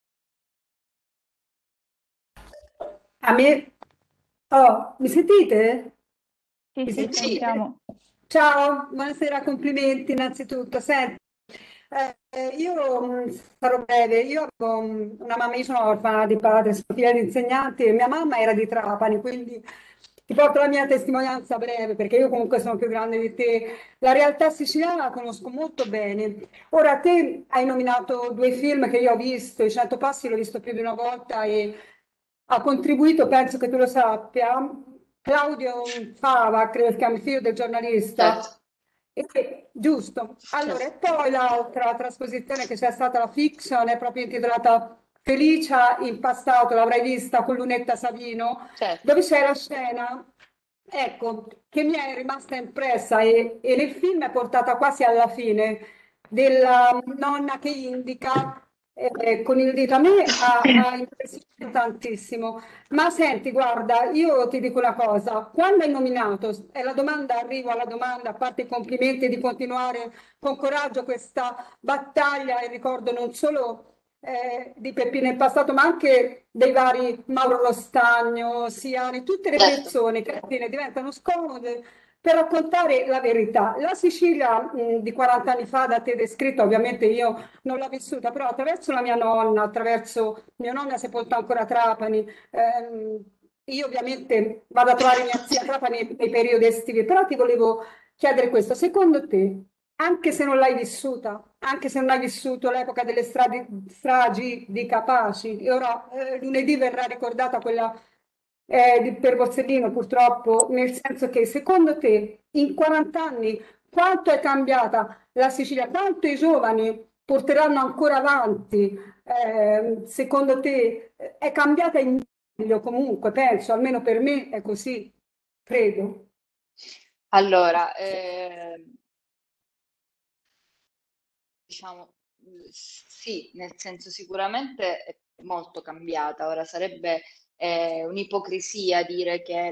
A me? Oh, mi sentite? Sì, Mi sì, Sì, sentite? sentiamo. Ciao, buonasera, complimenti innanzitutto. Senti, io sarò breve. Io avevo una mamma, io sono orfana di padre, sono figlia di insegnanti e mia mamma era di Trapani, quindi ti porto la mia testimonianza breve perché io comunque sono più grande di te. La realtà siciliana la conosco molto bene. Ora, te hai nominato 2 film che io ho visto, I 100 passi l'ho visto più di una volta e ha contribuito, penso che tu lo sappia, Claudio Fava, credo si chiami, figlio del certo, giornalista. Giusto. Allora, certo, e poi l'altra trasposizione che c'è stata, la fiction, è proprio intitolata Felicia in passato, l'avrai vista con Lunetta Savino, certo, dove c'è la scena, ecco, che mi è rimasta impressa e nel film è portata quasi alla fine, della nonna che indica con il dito. A me ha impressionato tantissimo. Ma senti, guarda, io ti dico una cosa, quando hai nominato, è la domanda, arrivo alla domanda, a parte i complimenti di continuare con coraggio questa battaglia, e ricordo non solo di Peppino in passato, ma anche dei vari Mauro Lostagno, Siani, tutte le certo. persone che alla fine diventano scomode per raccontare la verità. La Sicilia di 40 anni fa, da te descritta, ovviamente io non l'ho vissuta, però attraverso la mia nonna, attraverso mia nonna sepolta ancora a Trapani, io ovviamente vado a trovare mia zia a Trapani nei periodi estivi, però ti volevo chiedere questo, secondo te, anche se non l'hai vissuta, anche se non hai vissuto l'epoca delle stragi di Capaci, e ora lunedì verrà ricordata quella per Borsellino purtroppo, nel senso che secondo te in 40 anni quanto è cambiata la Sicilia, quanto i giovani porteranno ancora avanti, secondo te è cambiata in meglio comunque, penso, almeno per me è così, credo. Allora, diciamo, sì, nel senso sicuramente è molto cambiata. Ora sarebbe un'ipocrisia dire che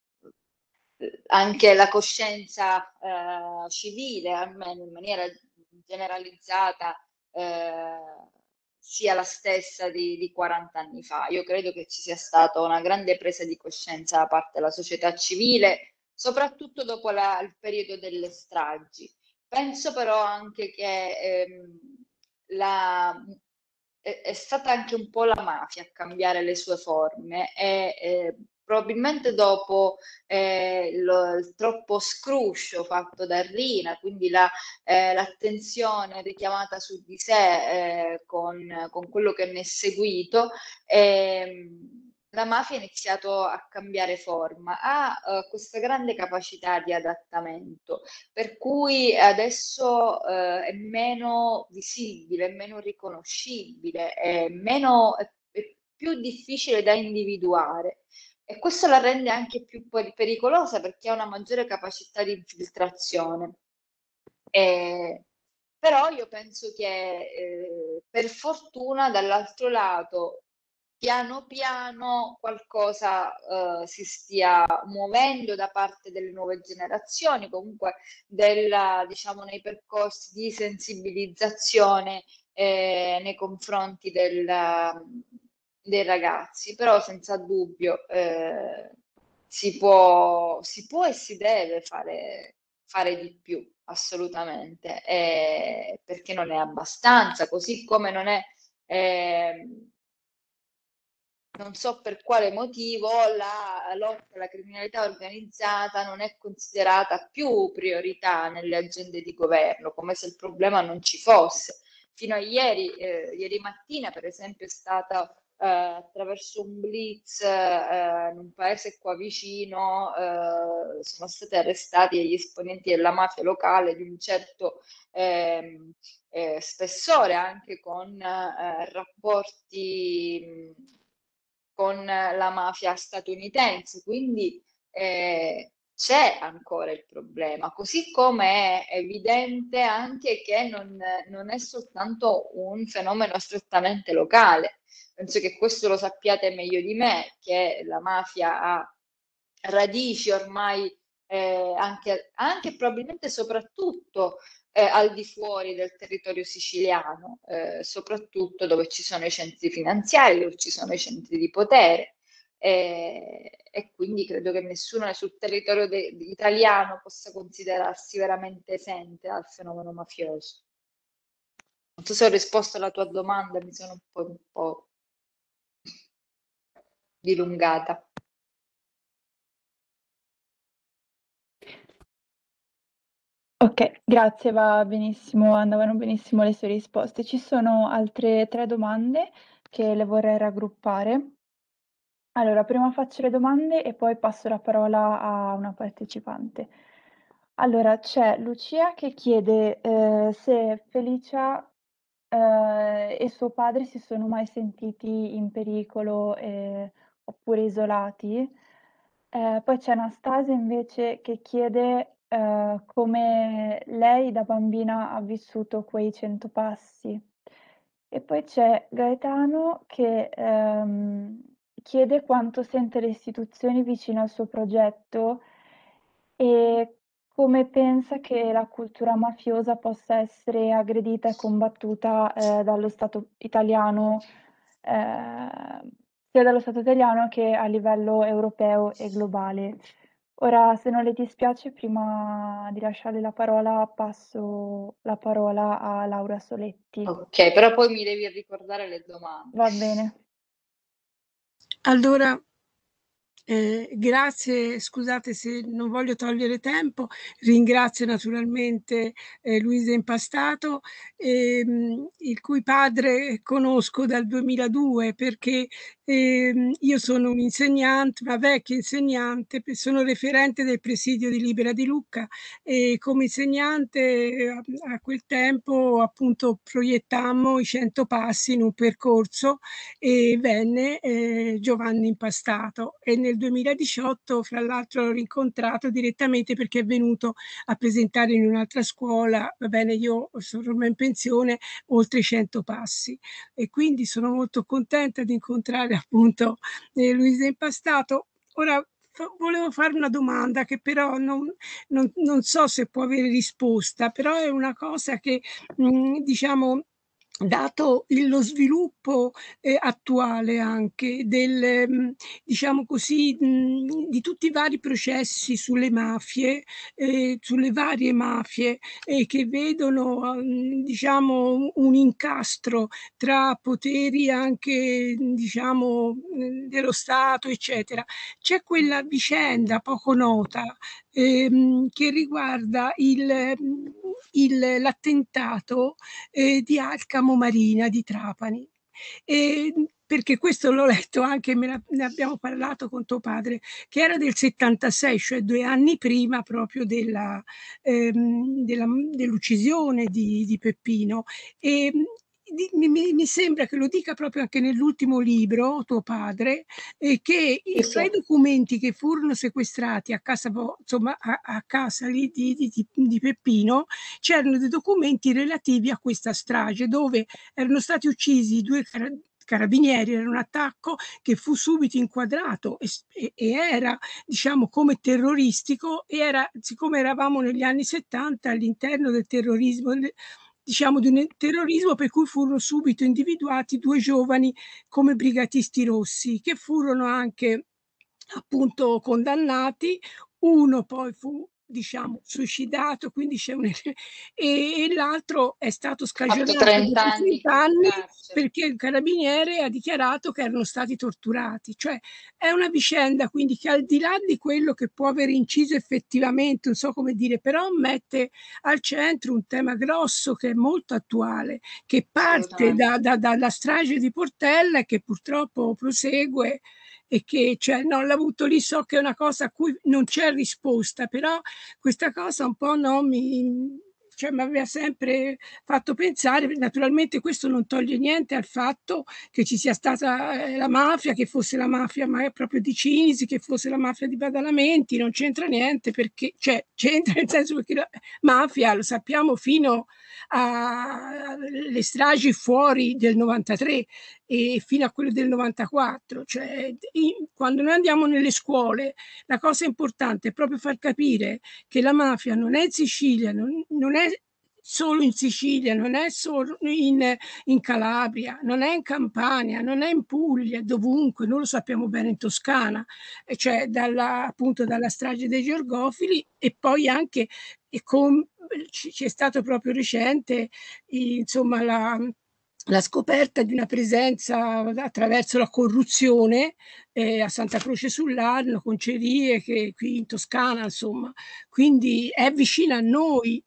anche la coscienza civile, almeno in maniera generalizzata sia la stessa di 40 anni fa. Io credo che ci sia stata una grande presa di coscienza da parte della società civile, soprattutto dopo il periodo delle stragi. Penso però anche che è stata anche un po' la mafia a cambiare le sue forme e probabilmente dopo il troppo scruscio fatto da Rina, quindi l'attenzione richiamata su di sé con quello che ne è seguito, la mafia ha iniziato a cambiare forma, ha questa grande capacità di adattamento, per cui adesso è meno visibile, è meno riconoscibile, è più difficile da individuare. E questo la rende anche più pericolosa perché ha una maggiore capacità di infiltrazione. Però io penso che per fortuna dall'altro lato piano piano qualcosa si stia muovendo da parte delle nuove generazioni, comunque diciamo, nei percorsi di sensibilizzazione nei confronti dei ragazzi, però senza dubbio si può e si deve fare di più, assolutamente, perché non è abbastanza, così come non è... non so per quale motivo la lotta alla criminalità organizzata non è considerata più priorità nelle agende di governo, come se il problema non ci fosse. Fino a ieri mattina, per esempio, è stata attraverso un blitz in un paese qua vicino, sono stati arrestati gli esponenti della mafia locale di un certo spessore, anche con rapporti con la mafia statunitense, quindi c'è ancora il problema, così come è evidente anche che non è soltanto un fenomeno strettamente locale. Penso che questo lo sappiate meglio di me, che la mafia ha radici ormai anche probabilmente soprattutto al di fuori del territorio siciliano, soprattutto dove ci sono i centri finanziari, dove ci sono i centri di potere. E quindi credo che nessuno sul territorio italiano possa considerarsi veramente esente dal fenomeno mafioso. Non so se ho risposto alla tua domanda, mi sono un po' dilungata. Ok, grazie, va benissimo, andavano benissimo le sue risposte. Ci sono altre 3 domande che le vorrei raggruppare. Allora, prima faccio le domande e poi passo la parola a una partecipante. Allora, c'è Lucia che chiede se Felicia e suo padre si sono mai sentiti in pericolo oppure isolati. Poi c'è Anastasia invece che chiede come lei da bambina ha vissuto quei 100 passi. E poi c'è Gaetano che chiede quanto sente le istituzioni vicine al suo progetto e come pensa che la cultura mafiosa possa essere aggredita e combattuta dallo Stato italiano, sia dallo Stato italiano che a livello europeo e globale. Ora, se non le dispiace, prima di lasciarle la parola, passo la parola a Laura Soletti. Ok, però poi mi devi ricordare le domande. Va bene. Allora, grazie, scusate se non voglio togliere tempo, ringrazio naturalmente Luisa Impastato, il cui padre conosco dal 2002 perché io sono un'insegnante, una vecchia insegnante, sono referente del presidio di Libera di Lucca e come insegnante a quel tempo appunto proiettammo i 100 passi in un percorso e venne Giovanni Impastato e nel 2018 fra l'altro l'ho rincontrato direttamente perché è venuto a presentare in un'altra scuola, va bene, io sono ormai in pensione, oltre i 100 passi e quindi sono molto contenta di incontrare appunto Luisa Impastato. Ora volevo fare una domanda che però non so se può avere risposta, però è una cosa che, diciamo, dato lo sviluppo attuale anche diciamo così, di tutti i vari processi sulle mafie, sulle varie mafie, che vedono, diciamo, un incastro tra poteri anche, diciamo, dello Stato, eccetera. C'è quella vicenda poco nota che riguarda l'attentato di Alcamo Marina di Trapani. Perché questo l'ho letto anche, ne abbiamo parlato con tuo padre, che era del 76, cioè 2 anni prima proprio dell'uccisione di Peppino. E mi sembra che lo dica proprio anche nell'ultimo libro, tuo padre, che fra i documenti che furono sequestrati a casa, insomma, a casa lì di Peppino, c'erano dei documenti relativi a questa strage, dove erano stati uccisi 2 carabinieri. Era un attacco che fu subito inquadrato e era, diciamo, come terroristico, e era, siccome eravamo negli anni 70 all'interno del terrorismo, diciamo di un terrorismo per cui furono subito individuati 2 giovani come brigatisti rossi, che furono anche appunto condannati. Uno poi fu, diciamo, suicidato, quindi e l'altro è stato scagionato dopo 30 anni perché il carabiniere ha dichiarato che erano stati torturati. Cioè è una vicenda quindi che, al di là di quello che può aver inciso effettivamente, non so come dire, però mette al centro un tema grosso che è molto attuale, che parte dalla strage di Portella e che purtroppo prosegue, e che, cioè, non l'ho avuto lì. So che è una cosa a cui non c'è risposta, però questa cosa un po' cioè, mi aveva sempre fatto pensare. Naturalmente questo non toglie niente al fatto che ci sia stata la mafia, che fosse la mafia ma è proprio di Cinisi, che fosse la mafia di Badalamenti, non c'entra niente, perché, cioè, c'entra nel senso perché la mafia, lo sappiamo, fino alle stragi fuori del 93 e fino a quello del 94, cioè quando noi andiamo nelle scuole, la cosa importante è proprio far capire che la mafia non è in Sicilia, non è solo in Sicilia, non è solo in Calabria, non è in Campania, non è in Puglia, è dovunque. Noi lo sappiamo bene in Toscana, cioè appunto dalla strage dei Georgofili, e poi anche c'è stato proprio recente, insomma, la scoperta di una presenza attraverso la corruzione a Santa Croce sull'Arno, Concerie, che qui in Toscana, insomma, quindi è vicina a noi.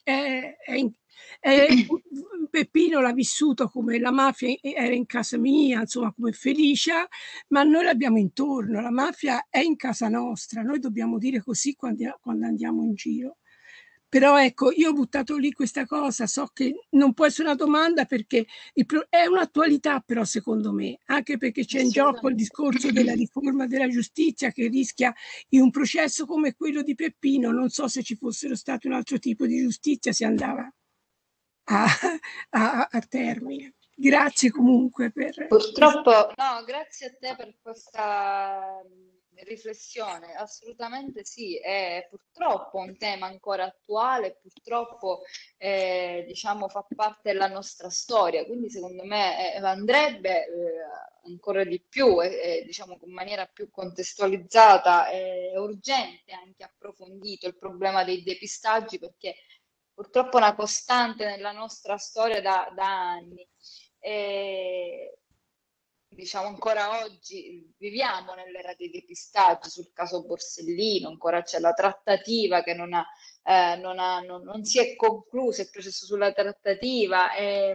Peppino l'ha vissuto come la mafia era in casa mia, insomma, come Felicia, ma noi l'abbiamo intorno, la mafia è in casa nostra, noi dobbiamo dire così quando andiamo in giro. Però ecco, io ho buttato lì questa cosa, so che non può essere una domanda perché è un'attualità, però secondo me, anche perché c'è in gioco il discorso della riforma della giustizia, che rischia, in un processo come quello di Peppino, non so se ci fossero stato un altro tipo di giustizia, si andava a termine. Grazie comunque per... Purtroppo, no, grazie a te per questa riflessione. Assolutamente sì, è purtroppo un tema ancora attuale, purtroppo diciamo fa parte della nostra storia, quindi secondo me andrebbe ancora di più, diciamo in maniera più contestualizzata e urgente, anche approfondito, il problema dei depistaggi, perché purtroppo è una costante nella nostra storia da anni. Diciamo ancora oggi viviamo nell'era dei depistaggi. Sul caso Borsellino ancora c'è la trattativa che non si è conclusa, il processo sulla trattativa,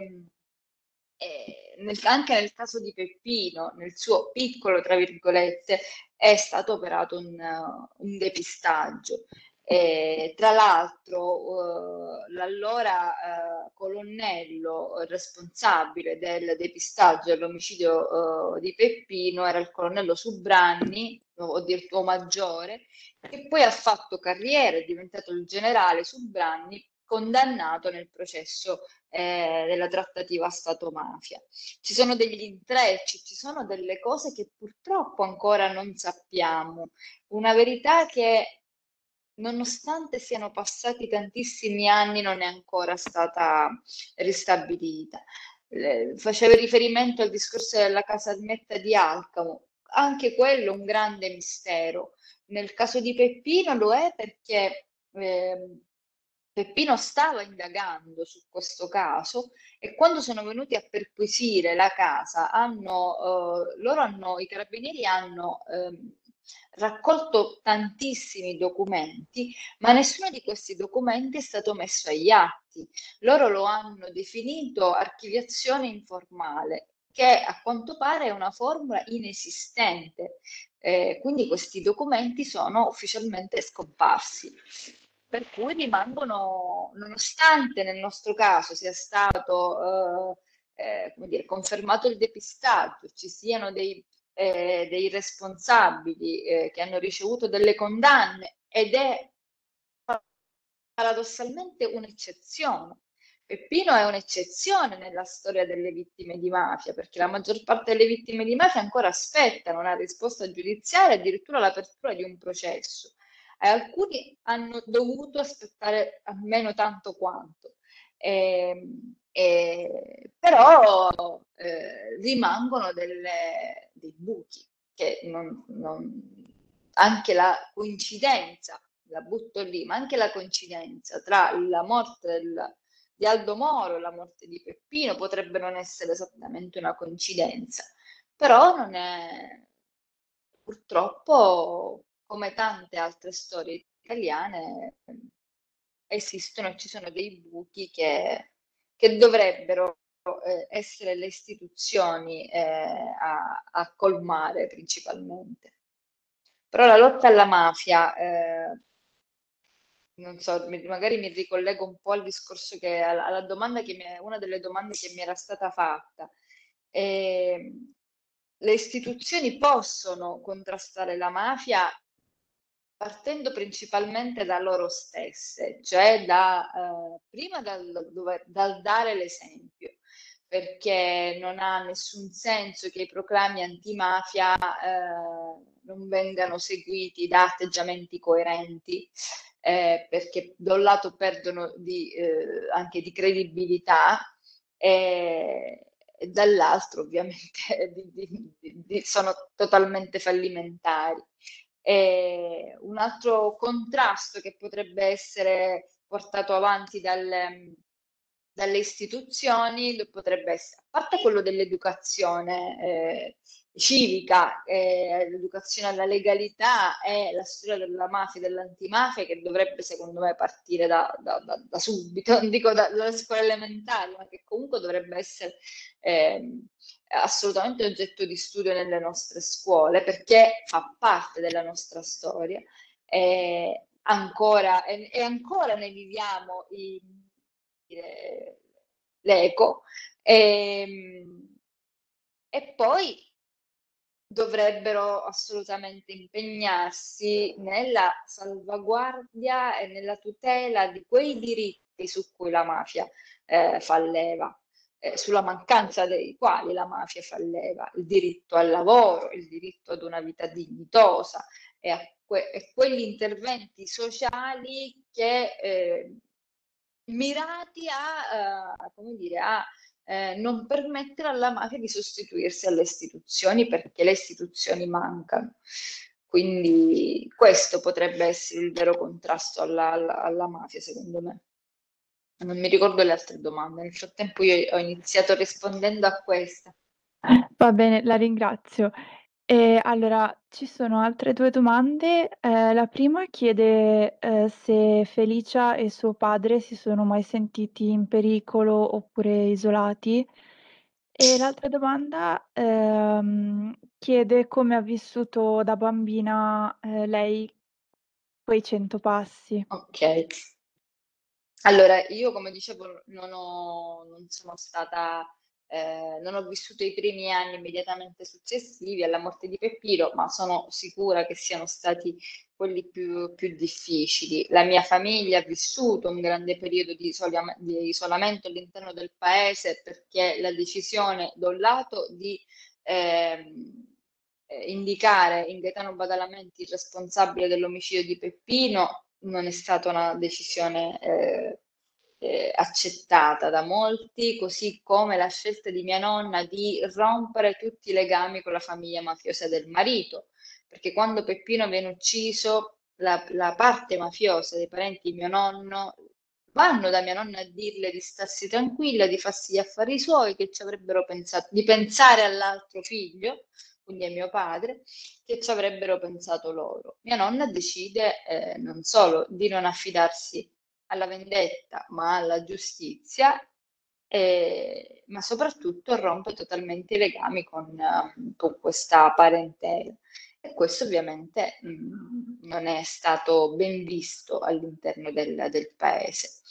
anche nel caso di Peppino, nel suo piccolo, tra virgolette, è stato operato un depistaggio. Tra l'altro l'allora colonnello responsabile del depistaggio dell'omicidio di Peppino era il colonnello Subranni, o diretto maggiore, che poi ha fatto carriera, è diventato il generale Subranni, condannato nel processo della trattativa Stato-mafia. Ci sono degli intrecci, ci sono delle cose che purtroppo ancora non sappiamo, una verità che nonostante siano passati tantissimi anni non è ancora stata ristabilita. Faceva riferimento al discorso della casalmetta di Alcamo, anche quello un grande mistero. Nel caso di Peppino lo è perché Peppino stava indagando su questo caso e quando sono venuti a perquisire la casa, i carabinieri hanno raccolto tantissimi documenti, ma nessuno di questi documenti è stato messo agli atti. Loro lo hanno definito archiviazione informale, che a quanto pare è una formula inesistente. Quindi questi documenti sono ufficialmente scomparsi. Per cui rimangono, nonostante nel nostro caso sia stato come dire, confermato il depistaggio, ci siano dei responsabili che hanno ricevuto delle condanne ed è paradossalmente un'eccezione. Peppino è un'eccezione nella storia delle vittime di mafia, perché la maggior parte delle vittime di mafia ancora aspettano una risposta giudiziaria, addirittura l'apertura di un processo. E alcuni hanno dovuto aspettare almeno tanto quanto. Però rimangono dei buchi che anche la coincidenza, la butto lì, ma anche la coincidenza tra la morte di Aldo Moro e la morte di Peppino potrebbe non essere esattamente una coincidenza, però non è, purtroppo, come tante altre storie italiane, esistono e ci sono dei buchi che dovrebbero essere le istituzioni a colmare principalmente. Però la lotta alla mafia, non so, magari mi ricollego un po' al discorso alla domanda una delle domande che mi era stata fatta. Le istituzioni possono contrastare la mafia partendo principalmente da loro stesse, cioè prima dal dare l'esempio, perché non ha nessun senso che i proclami antimafia non vengano seguiti da atteggiamenti coerenti, perché da un lato perdono anche di credibilità e dall'altro ovviamente sono totalmente fallimentari. Un altro contrasto che potrebbe essere portato avanti dalle istituzioni potrebbe essere, a parte quello dell'educazione civica, l'educazione alla legalità e la storia della mafia e dell'antimafia che dovrebbe secondo me partire da subito, non dico dalle scuole elementari, ma che comunque dovrebbe essere assolutamente oggetto di studio nelle nostre scuole perché fa parte della nostra storia e ancora ne viviamo l'eco e poi dovrebbero assolutamente impegnarsi nella salvaguardia e nella tutela di quei diritti su cui la mafia fa leva, sulla mancanza dei quali la mafia fa leva, il diritto al lavoro, il diritto ad una vita dignitosa e quegli interventi sociali che mirati come dire, a non permettere alla mafia di sostituirsi alle istituzioni perché le istituzioni mancano. Quindi questo potrebbe essere il vero contrasto alla mafia, secondo me. Non mi ricordo le altre domande, nel frattempo io ho iniziato rispondendo a questa. Va bene, la ringrazio. Allora, ci sono altre due domande. La prima chiede se Felicia e suo padre si sono mai sentiti in pericolo oppure isolati. E l'altra domanda chiede come ha vissuto da bambina lei quei 100 passi. Ok. Allora, io come dicevo non sono stata, non ho vissuto i primi anni immediatamente successivi alla morte di Peppino, ma sono sicura che siano stati quelli più difficili. La mia famiglia ha vissuto un grande periodo di isolamento all'interno del paese perché la decisione, da un lato, di indicare in Gaetano Badalamenti il responsabile dell'omicidio di Peppino non è stata una decisione accettata da molti, così come la scelta di mia nonna di rompere tutti i legami con la famiglia mafiosa del marito, perché quando Peppino viene ucciso, la parte mafiosa dei parenti di mio nonno vanno da mia nonna a dirle di starsi tranquilla, di farsi gli affari suoi, che ci avrebbero pensato, di pensare all'altro figlio, quindi a mio padre, che ci avrebbero pensato loro. Mia nonna decide non solo di non affidarsi alla vendetta, ma alla giustizia, ma soprattutto rompe totalmente i legami con questa parentela. E questo ovviamente non è stato ben visto all'interno del paese.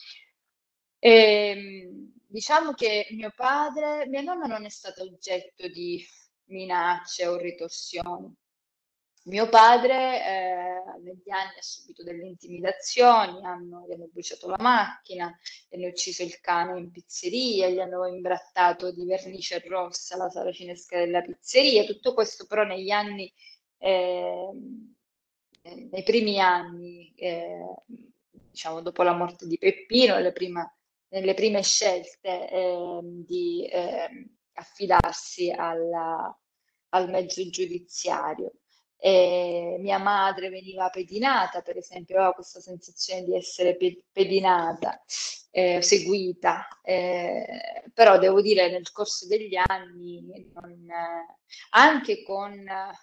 Diciamo che mia nonna non è stata oggetto di minacce o ritorsioni. Mio padre negli anni ha subito delle intimidazioni, gli hanno bruciato la macchina, gli hanno ucciso il cane in pizzeria, gli hanno imbrattato di vernice rossa la sala cinesca della pizzeria. Tutto questo però negli anni, nei primi anni, diciamo dopo la morte di Peppino, nelle prime scelte di affidarsi al mezzo giudiziario. Mia madre veniva pedinata, per esempio, aveva questa sensazione di essere pedinata, seguita, però devo dire nel corso degli anni, anche con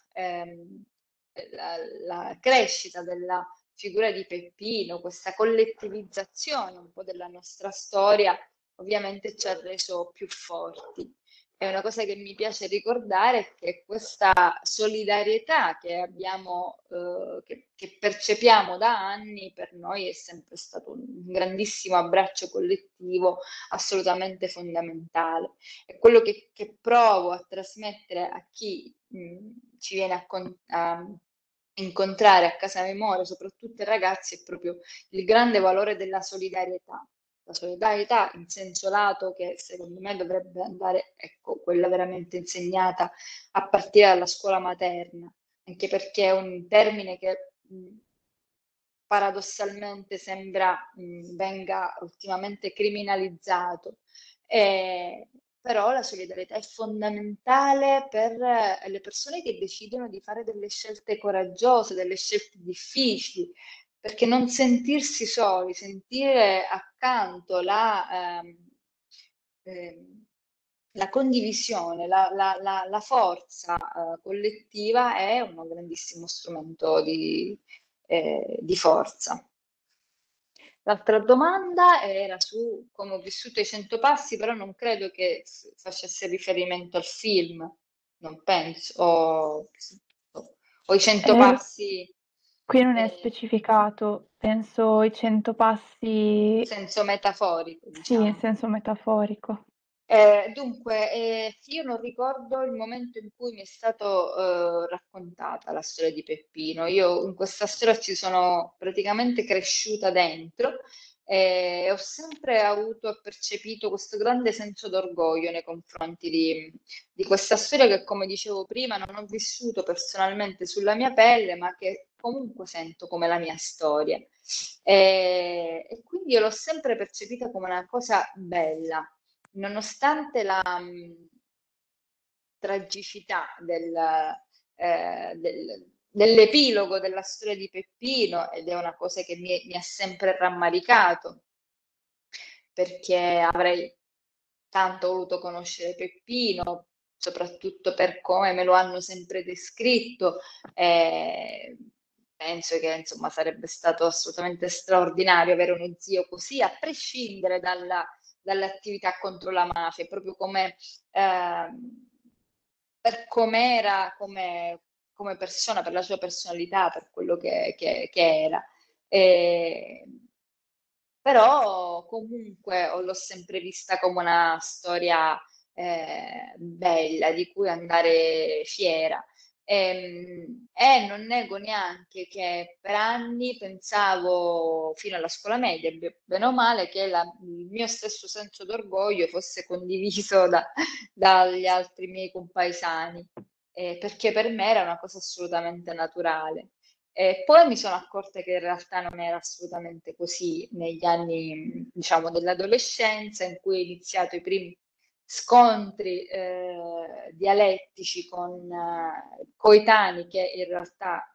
la crescita della figura di Peppino, questa collettivizzazione un po' della nostra storia, ovviamente ci ha reso più forti. È una cosa che mi piace ricordare, che questa solidarietà che abbiamo, che percepiamo da anni, per noi è sempre stato un grandissimo abbraccio collettivo, assolutamente fondamentale. È quello che provo a trasmettere a chi ci viene a incontrare a Casa Memoria, soprattutto ai ragazzi, è proprio il grande valore della solidarietà. La solidarietà in senso lato, che secondo me dovrebbe andare, ecco, quella veramente insegnata a partire dalla scuola materna, anche perché è un termine che paradossalmente sembra venga ultimamente criminalizzato. Però la solidarietà è fondamentale per le persone che decidono di fare delle scelte coraggiose, delle scelte difficili, perché non sentirsi soli, sentire accanto la condivisione, la forza collettiva è un grandissimo strumento di forza. L'altra domanda era su come ho vissuto i 100 passi, però non credo che facesse riferimento al film, non penso, o i 100 passi Qui non è specificato, penso i 100 in passi, senso metaforico, sì, in diciamo. senso metaforico. Dunque, io non ricordo il momento in cui mi è stato raccontata la storia di Peppino. Io in questa storia ci sono praticamente cresciuta dentro e ho sempre avuto e percepito questo grande senso d'orgoglio nei confronti di questa storia che, come dicevo prima, non ho vissuto personalmente sulla mia pelle, ma che comunque sento come la mia storia. E quindi io l'ho sempre percepita come una cosa bella nonostante la tragicità dell'epilogo della storia di Peppino, ed è una cosa che mi ha sempre rammaricato, perché avrei tanto voluto conoscere Peppino, soprattutto per come me lo hanno sempre descritto. Penso che insomma sarebbe stato assolutamente straordinario avere uno zio così, a prescindere dall'attività contro la mafia, proprio come per com'era come persona, per la sua personalità, per quello che era. Però comunque l'ho sempre vista come una storia bella, di cui andare fiera. E non nego neanche che per anni pensavo, fino alla scuola media, bene o male, che il mio stesso senso d'orgoglio fosse condiviso dagli altri miei compaesani, perché per me era una cosa assolutamente naturale. E poi mi sono accorta che in realtà non era assolutamente così negli anni, diciamo, dell'adolescenza, in cui ho iniziato i primi scontri dialettici con coetanei che in realtà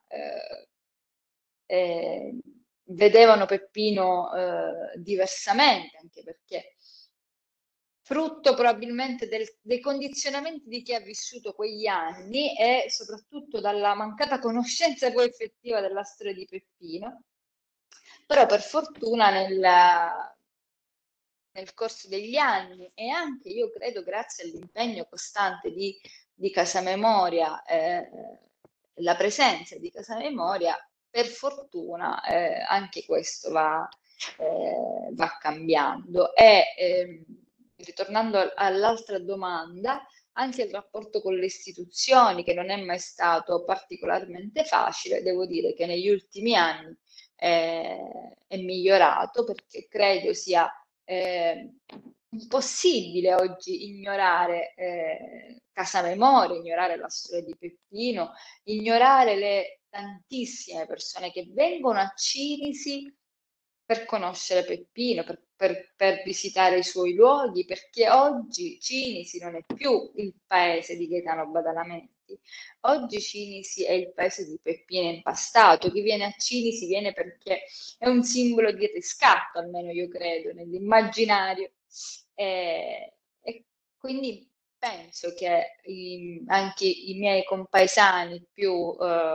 vedevano Peppino diversamente, anche perché frutto probabilmente dei condizionamenti di chi ha vissuto quegli anni e soprattutto dalla mancata conoscenza poi effettiva della storia di Peppino. Però per fortuna nel corso degli anni e anche io credo grazie all'impegno costante di Casa Memoria, la presenza di Casa Memoria, per fortuna anche questo va cambiando. E ritornando all'altra domanda, anche il rapporto con le istituzioni, che non è mai stato particolarmente facile, devo dire che negli ultimi anni è migliorato, perché credo sia impossibile oggi ignorare Casa Memoria, ignorare la storia di Peppino, ignorare le tantissime persone che vengono a Cinisi per conoscere Peppino, per visitare i suoi luoghi, perché oggi Cinisi non è più il paese di Gaetano Badalamenti, oggi Cinisi è il paese di Peppino Impastato. Chi viene a Cinisi viene perché è un simbolo di riscatto, almeno io credo, nell'immaginario. E quindi penso che anche i miei compaesani più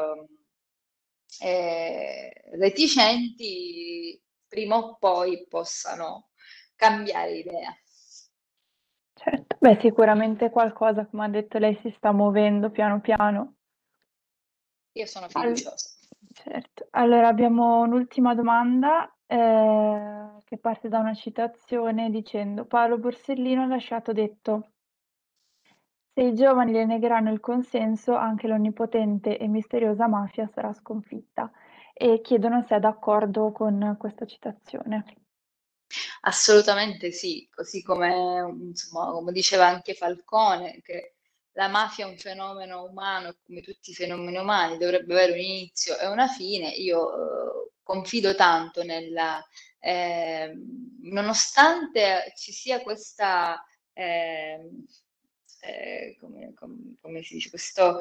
reticenti prima o poi possano cambiare idea. Certo, beh, sicuramente qualcosa, come ha detto lei, si sta muovendo piano piano. Io sono fiduciosa. Certo. Allora abbiamo un'ultima domanda che parte da una citazione dicendo: Paolo Borsellino ha lasciato detto: se i giovani le negheranno il consenso, anche l'onnipotente e misteriosa mafia sarà sconfitta. E chiedono se è d'accordo con questa citazione. Assolutamente sì, così come, insomma, come diceva anche Falcone, che la mafia è un fenomeno umano e come tutti i fenomeni umani dovrebbe avere un inizio e una fine. Io confido tanto nonostante ci sia questa, come si dice, questo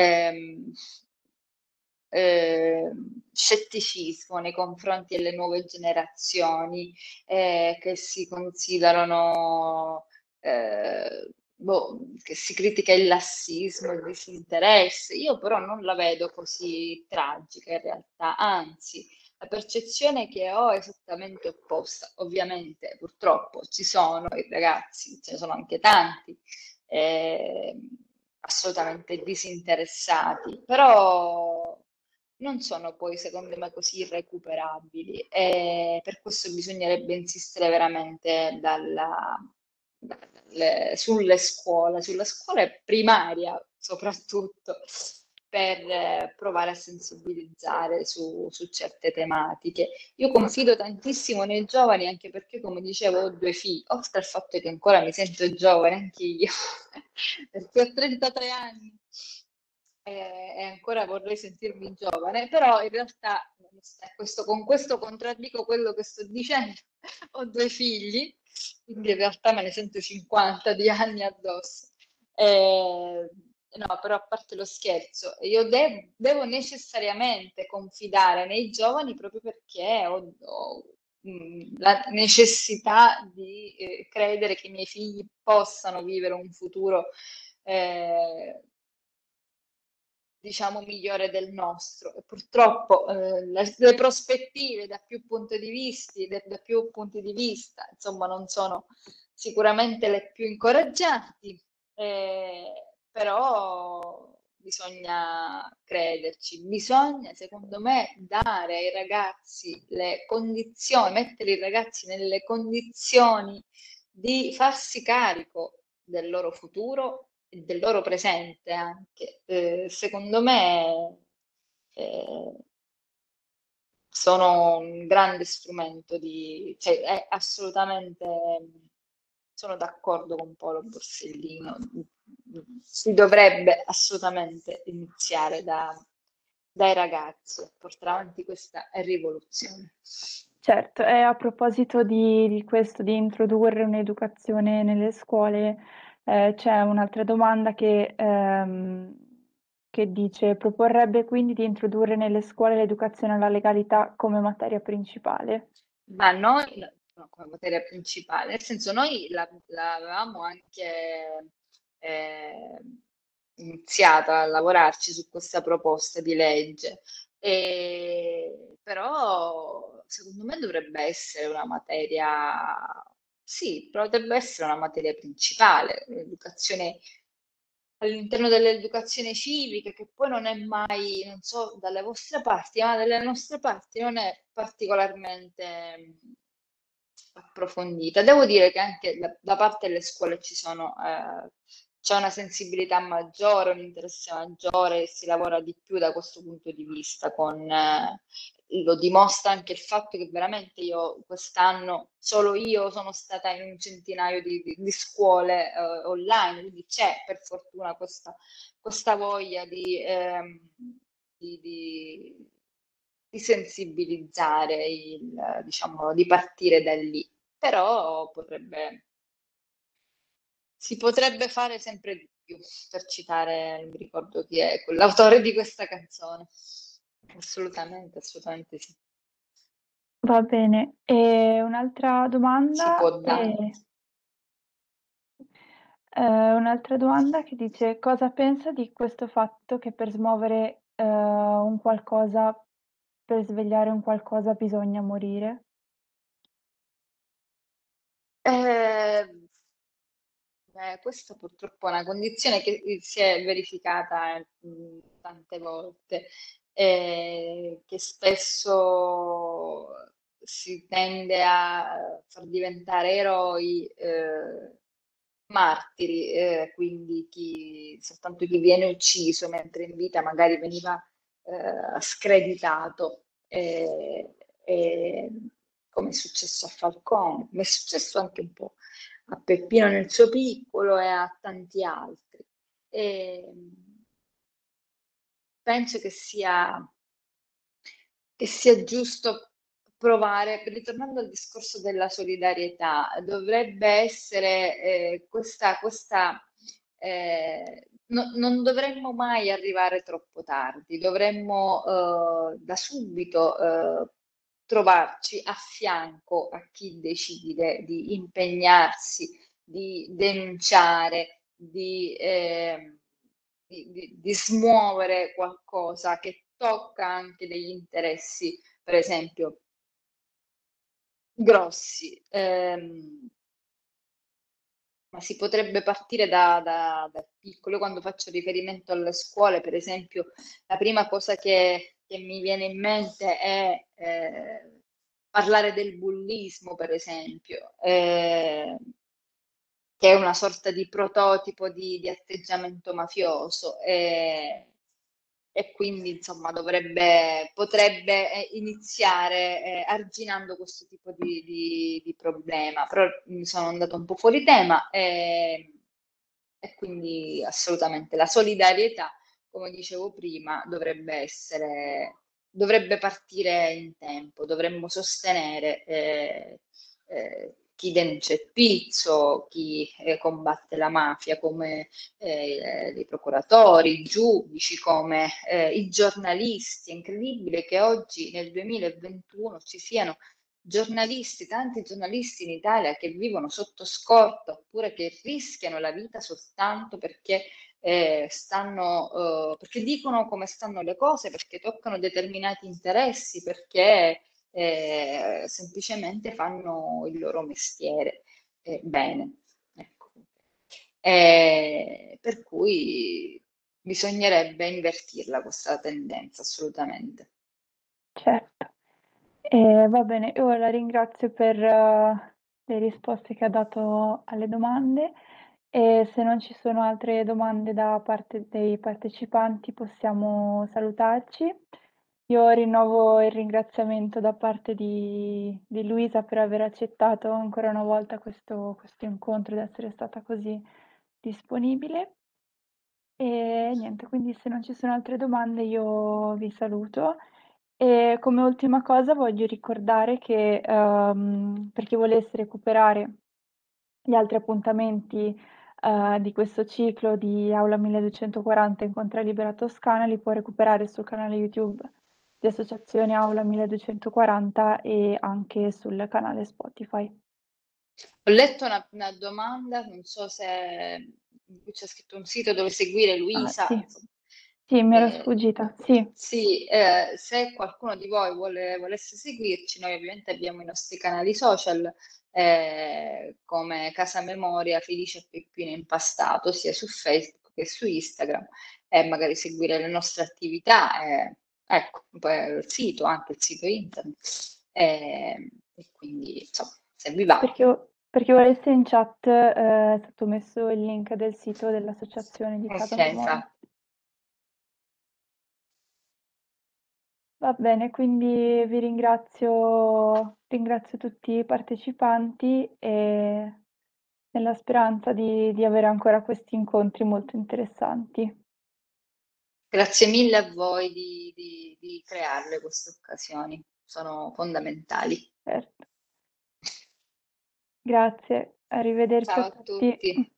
scetticismo nei confronti delle nuove generazioni che si considerano, che si critica il lassismo, il disinteresse. Io però non la vedo così tragica in realtà, anzi, la percezione che ho è esattamente opposta. Ovviamente, purtroppo, ci sono i ragazzi, ce ne sono anche tanti, assolutamente disinteressati, però non sono poi secondo me così irrecuperabili e per questo bisognerebbe insistere veramente sulla scuola primaria soprattutto, per provare a sensibilizzare su certe tematiche. Io confido tantissimo nei giovani, anche perché, come dicevo, ho 2 figli, oltre al fatto che ancora mi sento giovane anche io, perché ho 33 anni e ancora vorrei sentirmi giovane, però in realtà con questo contraddico quello che sto dicendo. Ho 2 figli, quindi in realtà me ne sento 50 di anni addosso. No, però a parte lo scherzo, io devo necessariamente confidare nei giovani proprio perché ho la necessità di credere che i miei figli possano vivere un futuro diciamo migliore del nostro. E purtroppo le prospettive da più punti di vista, insomma, non sono sicuramente le più incoraggianti, però bisogna crederci, bisogna, secondo me, dare ai ragazzi le condizioni, mettere i ragazzi nelle condizioni di farsi carico del loro futuro, e del loro presente anche, secondo me sono un grande strumento cioè è assolutamente, sono d'accordo con Paolo Borsellino, si dovrebbe assolutamente iniziare dai ragazzi a portare avanti questa rivoluzione. Certo, e a proposito di questo, di introdurre un'educazione nelle scuole, c'è un'altra domanda che dice: proporrebbe quindi di introdurre nelle scuole l'educazione alla legalità come materia principale? Ma noi, no, come materia principale, nel senso noi l'avevamo anche eh, iniziata a lavorarci su questa proposta di legge, però secondo me dovrebbe essere una materia, sì, potrebbe essere una materia principale, l'educazione all'interno dell'educazione civica, che poi non è mai, non so, dalle vostre parti, ma dalle nostre parti non è particolarmente approfondita. Devo dire che anche da parte delle scuole c'è una sensibilità maggiore, un interesse maggiore e si lavora di più da questo punto di vista lo dimostra anche il fatto che veramente io quest'anno, solo io sono stata in un centinaio di scuole online, quindi c'è per fortuna questa voglia di- di- di sensibilizzare, diciamo, di partire da lì. Però si potrebbe fare sempre di più, per citare, non mi ricordo chi è, l'autore di questa canzone. Assolutamente, assolutamente sì. Va bene, e Si può dare. Un'altra domanda che dice: cosa pensa di questo fatto che per smuovere un qualcosa, per svegliare un qualcosa bisogna morire? Eh, Questa purtroppo è una condizione che si è verificata tante volte, che spesso si tende a far diventare eroi martiri, quindi soltanto chi viene ucciso, mentre in vita magari veniva screditato, e come è successo a Falcone, come è successo anche un po' a Peppino nel suo piccolo e a tanti altri. E penso che sia giusto provare, ritornando al discorso della solidarietà, dovrebbe essere non dovremmo mai arrivare troppo tardi, dovremmo da subito trovarci a fianco a chi decide di impegnarsi, di denunciare, di smuovere qualcosa che tocca anche degli interessi, per esempio, grossi. Ma si potrebbe partire da piccolo. Io quando faccio riferimento alle scuole, per esempio, la prima cosa che mi viene in mente è parlare del bullismo, per esempio, che è una sorta di prototipo di atteggiamento mafioso e quindi insomma potrebbe iniziare arginando questo tipo di problema, però mi sono andata un po' fuori tema e quindi assolutamente la solidarietà, come dicevo prima, dovrebbe partire in tempo, dovremmo sostenere chi denuncia il pizzo, chi combatte la mafia, come i procuratori, i giudici, come i giornalisti. È incredibile che oggi nel 2021 ci siano giornalisti, tanti giornalisti in Italia che vivono sotto scorta oppure che rischiano la vita soltanto perché dicono come stanno le cose, perché toccano determinati interessi, perché semplicemente fanno il loro mestiere bene. Ecco. Per cui bisognerebbe invertirla questa tendenza, assolutamente. Certo. Va bene, io la ringrazio per le risposte che ha dato alle domande E se non ci sono altre domande da parte dei partecipanti, possiamo salutarci. Io rinnovo il ringraziamento da parte di Luisa per aver accettato ancora una volta questo incontro ed essere stata così disponibile. E niente, quindi se non ci sono altre domande io vi saluto. E come ultima cosa voglio ricordare che per chi volesse recuperare gli altri appuntamenti di questo ciclo di Aula 1240 Incontra Libera Toscana li può recuperare sul canale YouTube di Associazione Aula 1240 e anche sul canale Spotify. Ho letto una domanda, non so se c'è scritto un sito dove seguire Luisa. Sì. Sì, mi era sfuggita, sì. Sì, se qualcuno di voi volesse seguirci, noi ovviamente abbiamo i nostri canali social come Casa Memoria Felice e Peppino Impastato, sia su Facebook che su Instagram, e magari seguire le nostre attività, ecco, poi il sito, anche il sito internet, e quindi insomma, se vi va. Per chi volesse in chat è stato messo il link del sito dell'associazione di Casa Ok, Memoria. Va bene, quindi vi ringrazio tutti i partecipanti e nella speranza di avere ancora questi incontri molto interessanti. Grazie mille a voi di crearle queste occasioni, sono fondamentali. Certo. Grazie, arrivederci Ciao a a tutti. tutti.